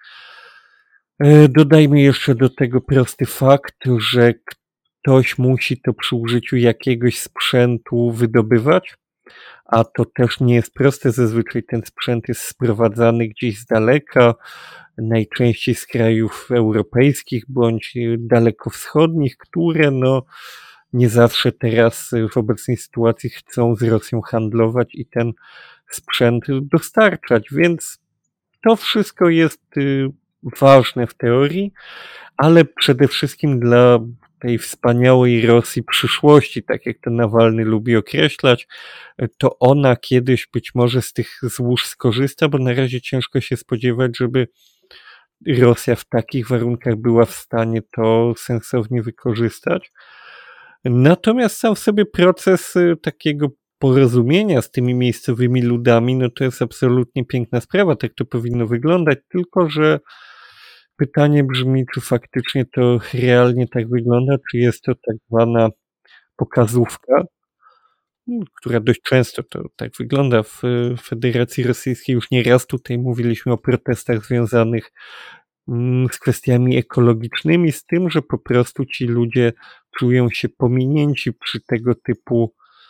Dodajmy jeszcze do tego prosty fakt, że ktoś musi to przy użyciu jakiegoś sprzętu wydobywać, a to też nie jest proste. Zazwyczaj ten sprzęt jest sprowadzany gdzieś z daleka, najczęściej z krajów europejskich bądź dalekowschodnich, które no nie zawsze teraz w obecnej sytuacji chcą z Rosją handlować i ten sprzęt dostarczać, więc to wszystko jest ważne w teorii, ale przede wszystkim dla tej wspaniałej Rosji przyszłości, tak jak to Nawalny lubi określać, to ona kiedyś być może z tych złóż skorzysta, bo na razie ciężko się spodziewać, żeby Rosja w takich warunkach była w stanie to sensownie wykorzystać. Natomiast sam sobie proces takiego porozumienia z tymi miejscowymi ludami, no to jest absolutnie piękna sprawa, tak to powinno wyglądać, tylko że pytanie brzmi, czy faktycznie to realnie tak wygląda, czy jest to tak zwana pokazówka, która dość często to tak wygląda w Federacji Rosyjskiej. Już nieraz tutaj mówiliśmy o protestach związanych z kwestiami ekologicznymi, z tym, że po prostu ci ludzie czują się pominięci przy tego typu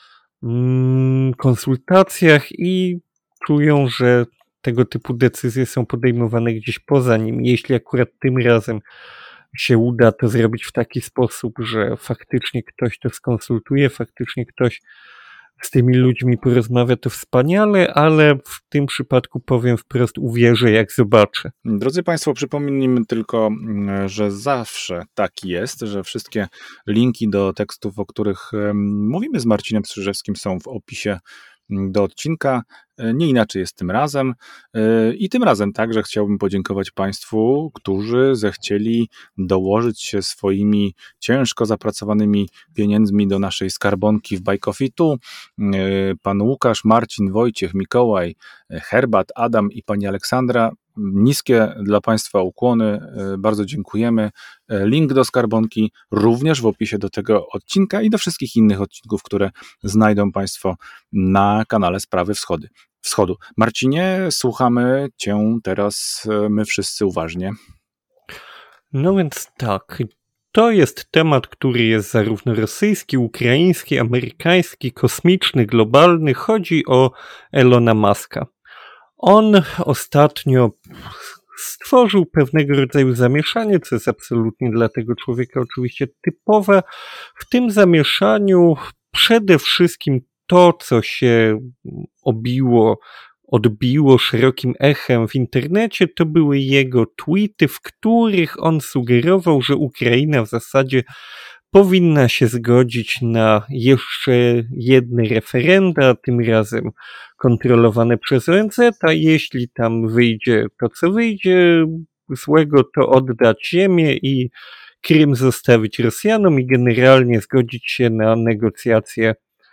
konsultacjach i czują, że tego typu decyzje są podejmowane gdzieś poza nim. Jeśli akurat tym razem się uda to zrobić w taki sposób, że faktycznie ktoś to skonsultuje, faktycznie ktoś z tymi ludźmi porozmawia, to wspaniale, ale w tym przypadku powiem wprost, uwierzę jak zobaczę. Drodzy Państwo, przypomnijmy tylko, że zawsze tak jest, że wszystkie linki do tekstów, o których mówimy z Marcinem Strzyżewskim, są w opisie do odcinka. Nie inaczej jest tym razem. I tym razem także chciałbym podziękować Państwu, którzy zechcieli dołożyć się swoimi ciężko zapracowanymi pieniędzmi do naszej skarbonki w Buy Coffee Tu. Pan Łukasz, Marcin, Wojciech, Mikołaj, Herbat, Adam i pani Aleksandra. Niskie dla Państwa ukłony, bardzo dziękujemy. Link do skarbonki również w opisie do tego odcinka i do wszystkich innych odcinków, które znajdą Państwo na kanale Sprawy Wschody. Wschodu. Marcinie, słuchamy Cię teraz my wszyscy uważnie. No więc tak, to jest temat, który jest zarówno rosyjski, ukraiński, amerykański, kosmiczny, globalny. Chodzi o Elona Muska. On ostatnio stworzył pewnego rodzaju zamieszanie, co jest absolutnie dla tego człowieka oczywiście typowe. W tym zamieszaniu przede wszystkim to, co się obiło odbiło szerokim echem w internecie, to były jego tweety, w których on sugerował, że Ukraina w zasadzie powinna się zgodzić na jeszcze jedne referenda, tym razem kontrolowane przez O N Z, a jeśli tam wyjdzie to, co wyjdzie złego, to oddać ziemię i Krym zostawić Rosjanom i generalnie zgodzić się na negocjacje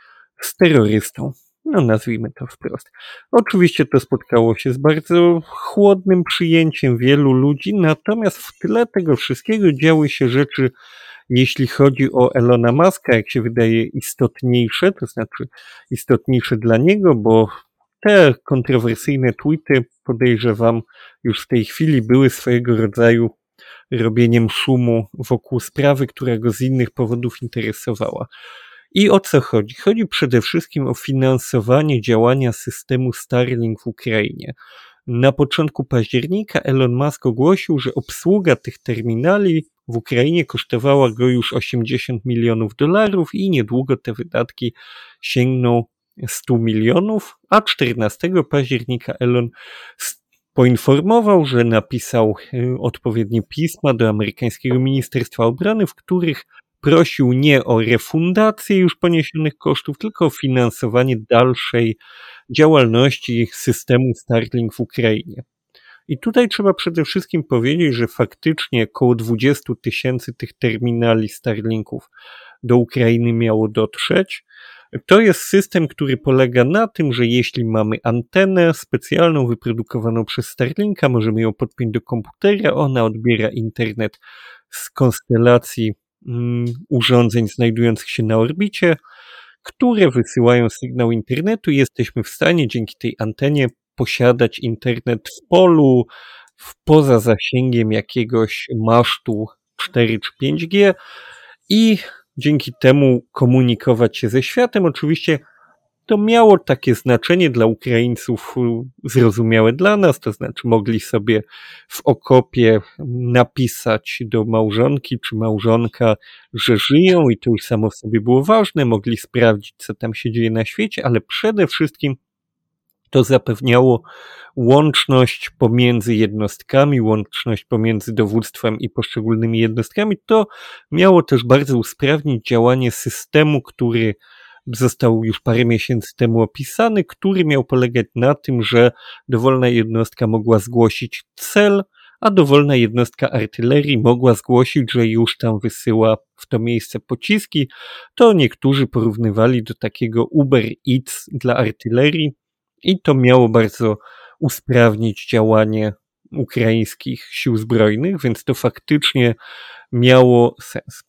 z terrorystą. No nazwijmy to wprost. Oczywiście to spotkało się z bardzo chłodnym przyjęciem wielu ludzi, natomiast w tle tego wszystkiego działy się rzeczy, jeśli chodzi o Elona Muska, jak się wydaje, istotniejsze, to znaczy istotniejsze dla niego, bo te kontrowersyjne tweety, podejrzewam, już w tej chwili były swojego rodzaju robieniem szumu wokół sprawy, która go z innych powodów interesowała. I o co chodzi? Chodzi przede wszystkim o finansowanie działania systemu Starlink w Ukrainie. Na początku października Elon Musk ogłosił, że obsługa tych terminali w Ukrainie kosztowała go już osiemdziesiąt milionów dolarów i niedługo te wydatki sięgną stu milionów, a czternastego października Elon poinformował, że napisał odpowiednie pisma do amerykańskiego Ministerstwa Obrony, w których prosił nie o refundację już poniesionych kosztów, tylko o finansowanie dalszej działalności systemu Starlink w Ukrainie. I tutaj trzeba przede wszystkim powiedzieć, że faktycznie około dwadzieścia tysięcy tych terminali Starlinków do Ukrainy miało dotrzeć. To jest system, który polega na tym, że jeśli mamy antenę specjalną wyprodukowaną przez Starlinka, możemy ją podpiąć do komputera, ona odbiera internet z konstelacji mm, urządzeń znajdujących się na orbicie, które wysyłają sygnał internetu i jesteśmy w stanie dzięki tej antenie posiadać internet w polu, w poza zasięgiem jakiegoś masztu cztery czy pięć G i dzięki temu komunikować się ze światem. Oczywiście to miało takie znaczenie dla Ukraińców zrozumiałe dla nas, to znaczy mogli sobie w okopie napisać do małżonki czy małżonka, że żyją i to już samo w sobie było ważne, mogli sprawdzić, co tam się dzieje na świecie, ale przede wszystkim to zapewniało łączność pomiędzy jednostkami, łączność pomiędzy dowództwem i poszczególnymi jednostkami. To miało też bardzo usprawnić działanie systemu, który został już parę miesięcy temu opisany, który miał polegać na tym, że dowolna jednostka mogła zgłosić cel, a dowolna jednostka artylerii mogła zgłosić, że już tam wysyła w to miejsce pociski. To niektórzy porównywali do takiego Uber Eats dla artylerii i to miało bardzo usprawnić działanie ukraińskich sił zbrojnych, więc to faktycznie miało sens.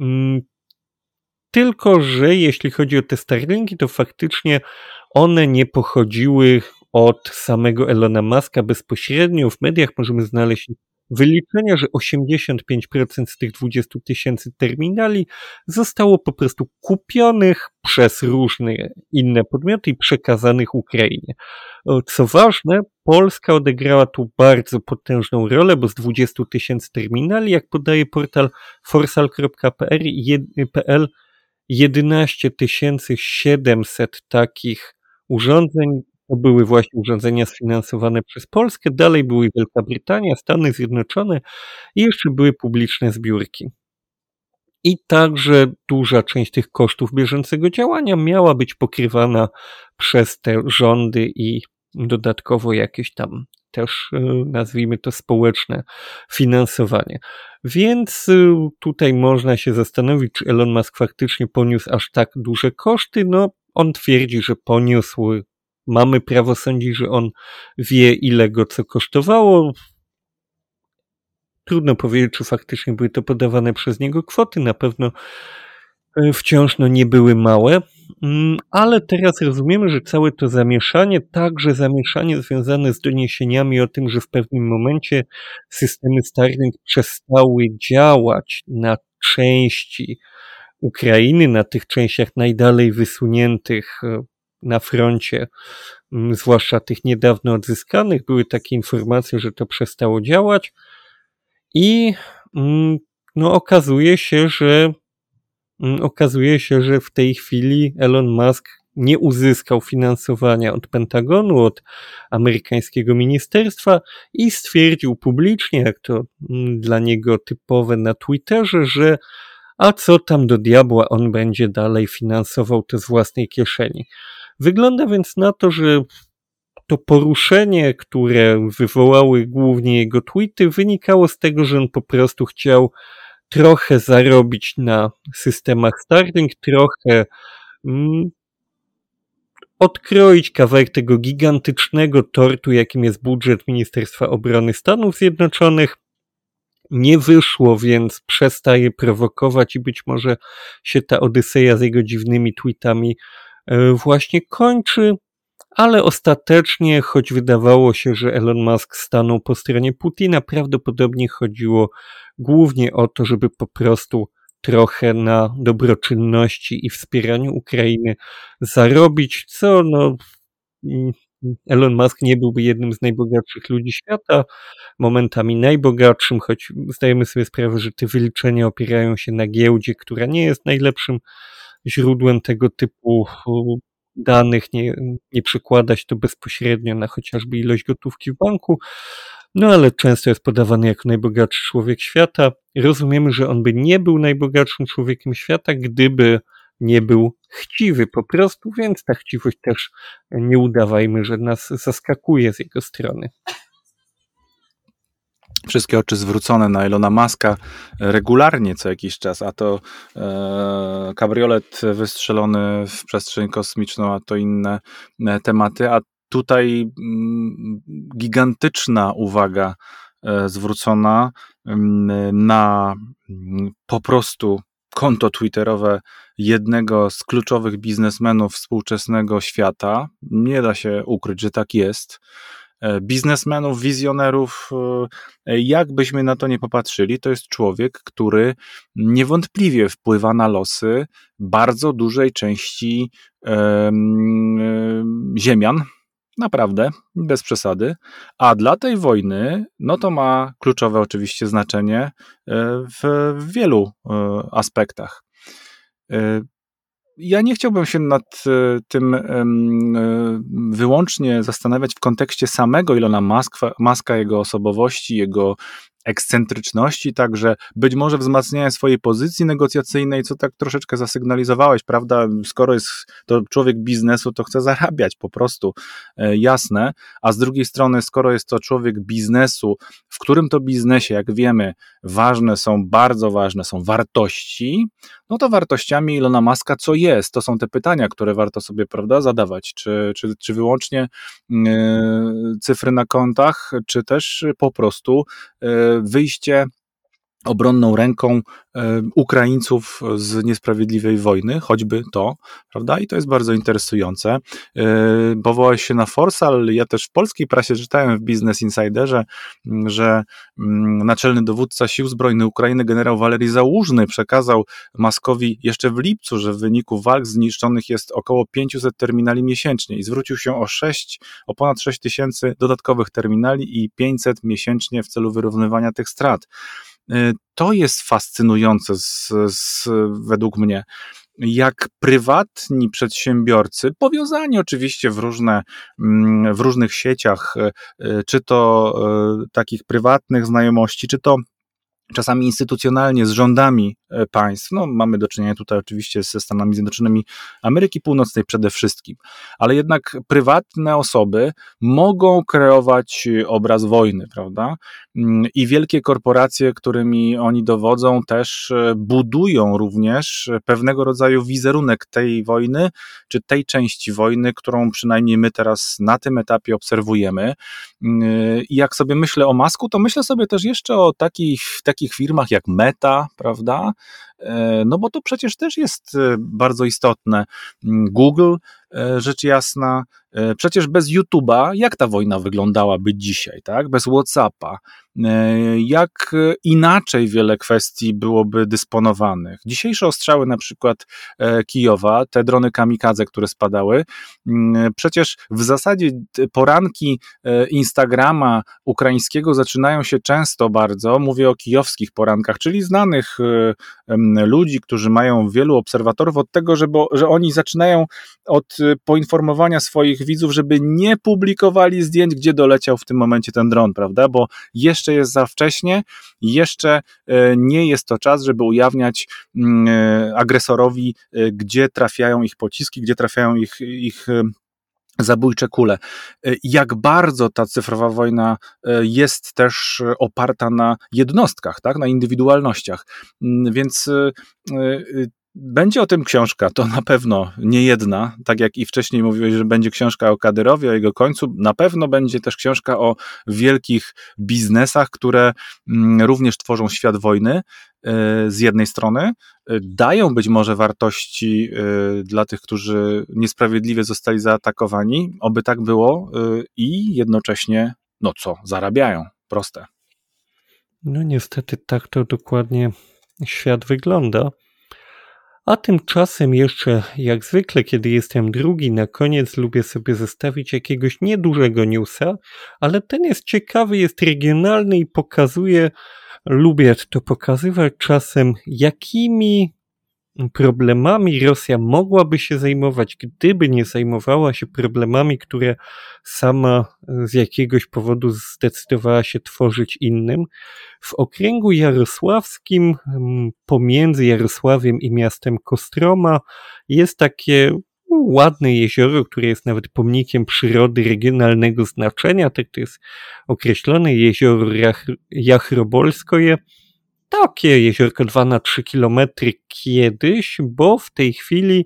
Tylko że jeśli chodzi o te Starlinki, to faktycznie one nie pochodziły od samego Elona Muska bezpośrednio. W mediach możemy znaleźć wyliczenia, że osiemdziesiąt pięć procent z tych dwudziestu tysięcy terminali zostało po prostu kupionych przez różne inne podmioty i przekazanych Ukrainie. Co ważne, Polska odegrała tu bardzo potężną rolę, bo z dwudziestu tysięcy terminali, jak podaje portal forsal kropka p l, jedenaście tysięcy siedemset takich urządzeń to były właśnie urządzenia sfinansowane przez Polskę, dalej były Wielka Brytania, Stany Zjednoczone i jeszcze były publiczne zbiórki. I także duża część tych kosztów bieżącego działania miała być pokrywana przez te rządy i dodatkowo jakieś tam też, nazwijmy to, społeczne finansowanie. Więc tutaj można się zastanowić, czy Elon Musk faktycznie poniósł aż tak duże koszty. No, on twierdzi, że poniósł. Mamy prawo sądzić, że on wie, ile go co kosztowało. Trudno powiedzieć, czy faktycznie były to podawane przez niego kwoty. Na pewno wciąż no, nie były małe. Ale teraz rozumiemy, że całe to zamieszanie, także zamieszanie związane z doniesieniami o tym, że w pewnym momencie systemy Starlink przestały działać na części Ukrainy, na tych częściach najdalej wysuniętych na froncie, zwłaszcza tych niedawno odzyskanych, były takie informacje, że to przestało działać i no, okazuje się, że okazuje się, że w tej chwili Elon Musk nie uzyskał finansowania od Pentagonu, od amerykańskiego ministerstwa i stwierdził publicznie, jak to dla niego typowe na Twitterze, że a co tam do diabła, on będzie dalej finansował to z własnej kieszeni. Wygląda więc na to, że to poruszenie, które wywołały głównie jego tweety, wynikało z tego, że on po prostu chciał trochę zarobić na systemach Starlink, trochę mm, odkroić kawałek tego gigantycznego tortu, jakim jest budżet Ministerstwa Obrony Stanów Zjednoczonych. Nie wyszło, więc przestaje prowokować i być może się ta odyseja z jego dziwnymi tweetami właśnie kończy, ale ostatecznie, choć wydawało się, że Elon Musk stanął po stronie Putina, prawdopodobnie chodziło głównie o to, żeby po prostu trochę na dobroczynności i wspieraniu Ukrainy zarobić, co no Elon Musk nie byłby jednym z najbogatszych ludzi świata, momentami najbogatszym, choć zdajemy sobie sprawę, że te wyliczenia opierają się na giełdzie, która nie jest najlepszym źródłem tego typu danych, nie, nie przekładać to bezpośrednio na chociażby ilość gotówki w banku, no ale często jest podawany jako najbogatszy człowiek świata. Rozumiemy, że on by nie był najbogatszym człowiekiem świata, gdyby nie był chciwy po prostu, więc ta chciwość też nie udawajmy, że nas zaskakuje z jego strony. Wszystkie oczy zwrócone na Elona Muska regularnie co jakiś czas, a to e, kabriolet wystrzelony w przestrzeń kosmiczną, a to inne e, tematy, a tutaj m, gigantyczna uwaga e, zwrócona m, na m, po prostu konto twitterowe jednego z kluczowych biznesmenów współczesnego świata. Nie da się ukryć, że tak jest. Biznesmenów, wizjonerów, jakbyśmy na to nie popatrzyli, to jest człowiek, który niewątpliwie wpływa na losy bardzo dużej części um, ziemian, naprawdę, bez przesady, a dla tej wojny, no to ma kluczowe oczywiście znaczenie w wielu aspektach. Ja nie chciałbym się nad tym wyłącznie zastanawiać w kontekście samego Elona Muska, Muska, jego osobowości, jego ekscentryczności, także być może wzmacniania swojej pozycji negocjacyjnej, co tak troszeczkę zasygnalizowałeś, prawda? Skoro jest to człowiek biznesu, to chce zarabiać po prostu, e, jasne, a z drugiej strony, skoro jest to człowiek biznesu, w którym to biznesie, jak wiemy, ważne są, bardzo ważne są wartości, no to wartościami Elona Muska co jest? To są te pytania, które warto sobie, prawda, zadawać, czy, czy, czy wyłącznie e, cyfry na kontach, czy też po prostu e, wyjście obronną ręką e, Ukraińców z niesprawiedliwej wojny, choćby to, prawda? I to jest bardzo interesujące. E, powołałeś się na Forsal, ja też w polskiej prasie czytałem w Business Insiderze, że m, naczelny dowódca Sił Zbrojnych Ukrainy, generał Walerii Załużny, przekazał Muskowi jeszcze w lipcu, że w wyniku walk zniszczonych jest około pięćset terminali miesięcznie i zwrócił się o sześć, o ponad sześć tysięcy dodatkowych terminali i pięćset miesięcznie w celu wyrównywania tych strat. To jest fascynujące z, z, według mnie, jak prywatni przedsiębiorcy, powiązani oczywiście w różne, w różnych sieciach, czy to takich prywatnych znajomości, czy to czasami instytucjonalnie z rządami państw, no mamy do czynienia tutaj oczywiście ze Stanami Zjednoczonymi Ameryki Północnej przede wszystkim, ale jednak prywatne osoby mogą kreować obraz wojny, prawda? I wielkie korporacje, którymi oni dowodzą, też budują również pewnego rodzaju wizerunek tej wojny, czy tej części wojny, którą przynajmniej my teraz na tym etapie obserwujemy. I jak sobie myślę o Musku, to myślę sobie też jeszcze o takich, takich firmach jak Meta, prawda? No bo to przecież też jest bardzo istotne. Google, rzecz jasna, przecież bez YouTube'a, jak ta wojna wyglądałaby dzisiaj, tak? Bez WhatsAppa, jak inaczej wiele kwestii byłoby dysponowanych. Dzisiejsze ostrzały na przykład Kijowa, te drony kamikadze, które spadały, przecież w zasadzie poranki Instagrama ukraińskiego zaczynają się często bardzo, mówię o kijowskich porankach, czyli znanych ludzi, którzy mają wielu obserwatorów od tego, żeby, że oni zaczynają od poinformowania swoich widzów, żeby nie publikowali zdjęć, gdzie doleciał w tym momencie ten dron, prawda, bo jeszcze jest za wcześnie, jeszcze nie jest to czas, żeby ujawniać agresorowi, gdzie trafiają ich pociski, gdzie trafiają ich, ich zabójcze kule. Jak bardzo ta cyfrowa wojna jest też oparta na jednostkach, tak, na indywidualnościach. Więc będzie o tym książka, to na pewno nie jedna, tak jak i wcześniej mówiłeś, że będzie książka o Kadyrowie, o jego końcu, na pewno będzie też książka o wielkich biznesach, które również tworzą świat wojny z jednej strony, dają być może wartości dla tych, którzy niesprawiedliwie zostali zaatakowani, oby tak było, i jednocześnie, no co, zarabiają, proste. No niestety tak to dokładnie świat wygląda. A tymczasem jeszcze, jak zwykle, kiedy jestem drugi, na koniec lubię sobie zostawić jakiegoś niedużego newsa, ale ten jest ciekawy, jest regionalny i pokazuje, lubię to pokazywać czasem, jakimi problemami Rosja mogłaby się zajmować, gdyby nie zajmowała się problemami, które sama z jakiegoś powodu zdecydowała się tworzyć innym. W okręgu jarosławskim, pomiędzy Jarosławiem i miastem Kostroma, jest takie ładne jezioro, które jest nawet pomnikiem przyrody regionalnego znaczenia, tak to jest określone jezioro Jachrobolskoje. Takie jeziorko dwa na trzy kilometry kiedyś, bo w tej chwili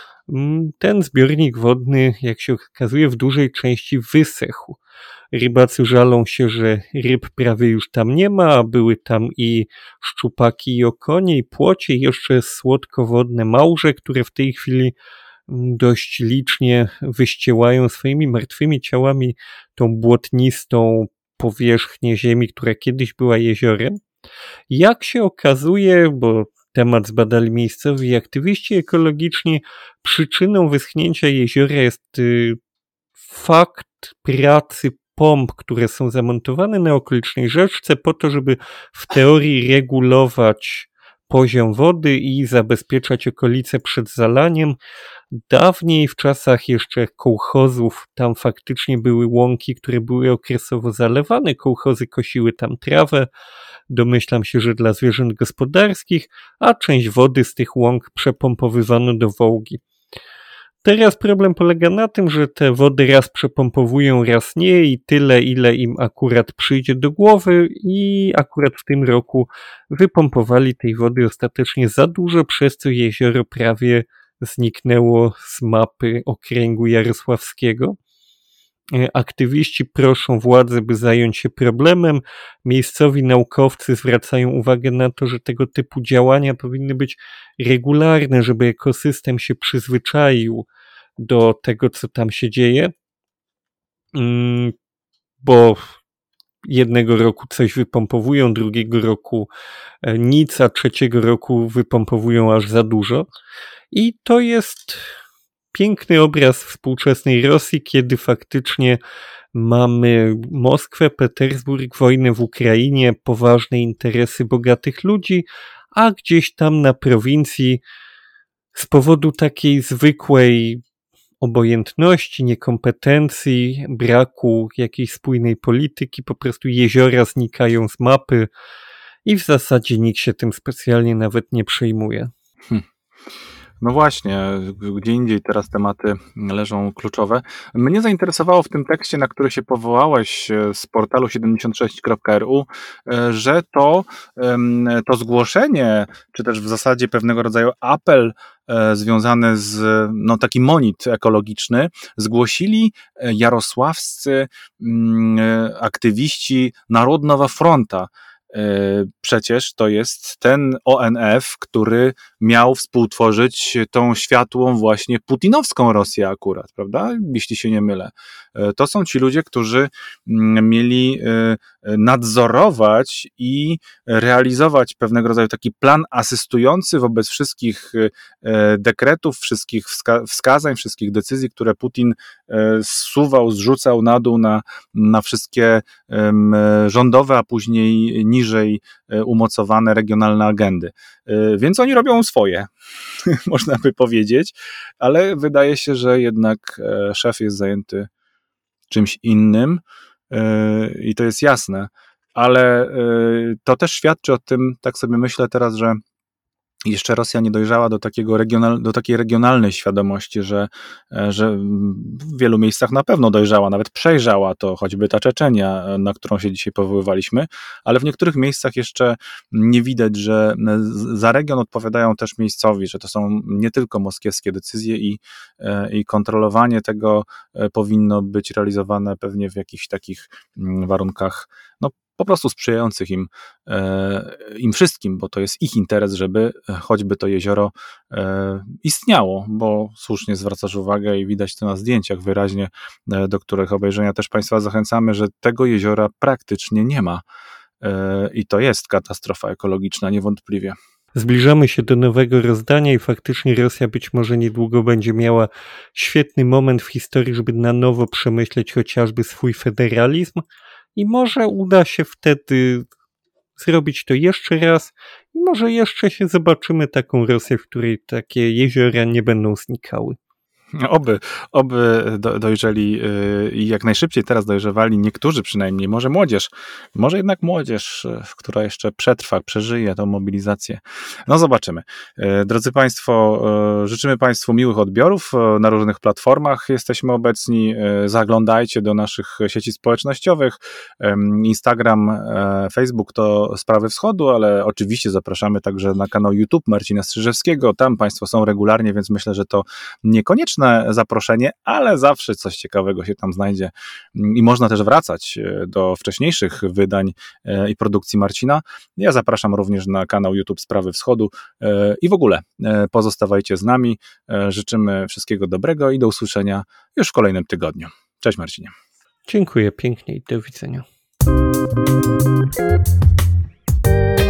ten zbiornik wodny, jak się okazuje, w dużej części wysechł. Rybacy żalą się, że ryb prawie już tam nie ma, a były tam i szczupaki, i okonie, i płocie, i jeszcze słodkowodne małże, które w tej chwili dość licznie wyściełają swoimi martwymi ciałami tą błotnistą powierzchnię ziemi, która kiedyś była jeziorem. Jak się okazuje, bo temat zbadali miejscowi aktywiści ekologiczni, przyczyną wyschnięcia jeziora jest y, fakt pracy pomp, które są zamontowane na okolicznej rzeczce po to, żeby w teorii regulować poziom wody i zabezpieczać okolice przed zalaniem. Dawniej, w czasach jeszcze kołchozów, tam faktycznie były łąki, które były okresowo zalewane, kołchozy kosiły tam trawę, domyślam się, że dla zwierząt gospodarskich, a część wody z tych łąk przepompowywano do Wołgi. Teraz problem polega na tym, że te wody raz przepompowują, raz nie i tyle, ile im akurat przyjdzie do głowy i akurat w tym roku wypompowali tej wody ostatecznie za dużo, przez co jezioro prawie zniknęło z mapy okręgu jarosławskiego. Aktywiści proszą władze, by zająć się problemem. Miejscowi naukowcy zwracają uwagę na to, że tego typu działania powinny być regularne, żeby ekosystem się przyzwyczaił do tego, co tam się dzieje, bo jednego roku coś wypompowują, drugiego roku nic, a trzeciego roku wypompowują aż za dużo. I to jest piękny obraz współczesnej Rosji, kiedy faktycznie mamy Moskwę, Petersburg, wojnę w Ukrainie, poważne interesy bogatych ludzi, a gdzieś tam na prowincji z powodu takiej zwykłej obojętności, niekompetencji, braku jakiejś spójnej polityki, po prostu jeziora znikają z mapy i w zasadzie nikt się tym specjalnie nawet nie przejmuje. Hmm. No właśnie, gdzie indziej teraz tematy leżą kluczowe. Mnie zainteresowało w tym tekście, na który się powołałeś z portalu siedemdziesiąt sześć kropka r u, że to, to zgłoszenie, czy też w zasadzie pewnego rodzaju apel związany z, no taki monit ekologiczny, zgłosili jarosławscy aktywiści Narodnego Fronta. Przecież to jest ten O N F, który miał współtworzyć tą światłą właśnie putinowską Rosję akurat, prawda? Jeśli się nie mylę. To są ci ludzie, którzy mieli nadzorować i realizować pewnego rodzaju taki plan asystujący wobec wszystkich dekretów, wszystkich wska- wskazań, wszystkich decyzji, które Putin zsuwał, zrzucał na dół na, na wszystkie rządowe, a później niższe niżej umocowane regionalne agendy. Więc oni robią swoje, można by powiedzieć, ale wydaje się, że jednak szef jest zajęty czymś innym i to jest jasne, ale to też świadczy o tym, tak sobie myślę teraz, że jeszcze Rosja nie dojrzała do, takiego regional, do takiej regionalnej świadomości, że, że w wielu miejscach na pewno dojrzała, nawet przejrzała to, choćby ta Czeczenia, na którą się dzisiaj powoływaliśmy, ale w niektórych miejscach jeszcze nie widać, że za region odpowiadają też miejscowi, że to są nie tylko moskiewskie decyzje i, i kontrolowanie tego powinno być realizowane pewnie w jakichś takich warunkach, no po prostu sprzyjających im, im wszystkim, bo to jest ich interes, żeby choćby to jezioro istniało, bo słusznie zwracasz uwagę i widać to na zdjęciach wyraźnie, do których obejrzenia też Państwa zachęcamy, że tego jeziora praktycznie nie ma i to jest katastrofa ekologiczna niewątpliwie. Zbliżamy się do nowego rozdania i faktycznie Rosja być może niedługo będzie miała świetny moment w historii, żeby na nowo przemyśleć chociażby swój federalizm i może uda się wtedy zrobić to jeszcze raz i może jeszcze się zobaczymy taką Rosję, w której takie jeziora nie będą znikały. Oby, oby dojrzeli i jak najszybciej teraz dojrzewali niektórzy przynajmniej, może młodzież, może jednak młodzież, która jeszcze przetrwa, przeżyje tą mobilizację. No zobaczymy. Drodzy Państwo, życzymy Państwu miłych odbiorów na różnych platformach. Jesteśmy obecni, zaglądajcie do naszych sieci społecznościowych. Instagram, Facebook to Sprawy Wschodu, ale oczywiście zapraszamy także na kanał YouTube Marcina Strzyżewskiego. Tam Państwo są regularnie, więc myślę, że to niekonieczne zaproszenie, ale zawsze coś ciekawego się tam znajdzie i można też wracać do wcześniejszych wydań i produkcji Marcina. Ja zapraszam również na kanał YouTube Sprawy Wschodu i w ogóle pozostawajcie z nami. Życzymy wszystkiego dobrego i do usłyszenia już w kolejnym tygodniu. Cześć Marcinie. Dziękuję pięknie i do widzenia.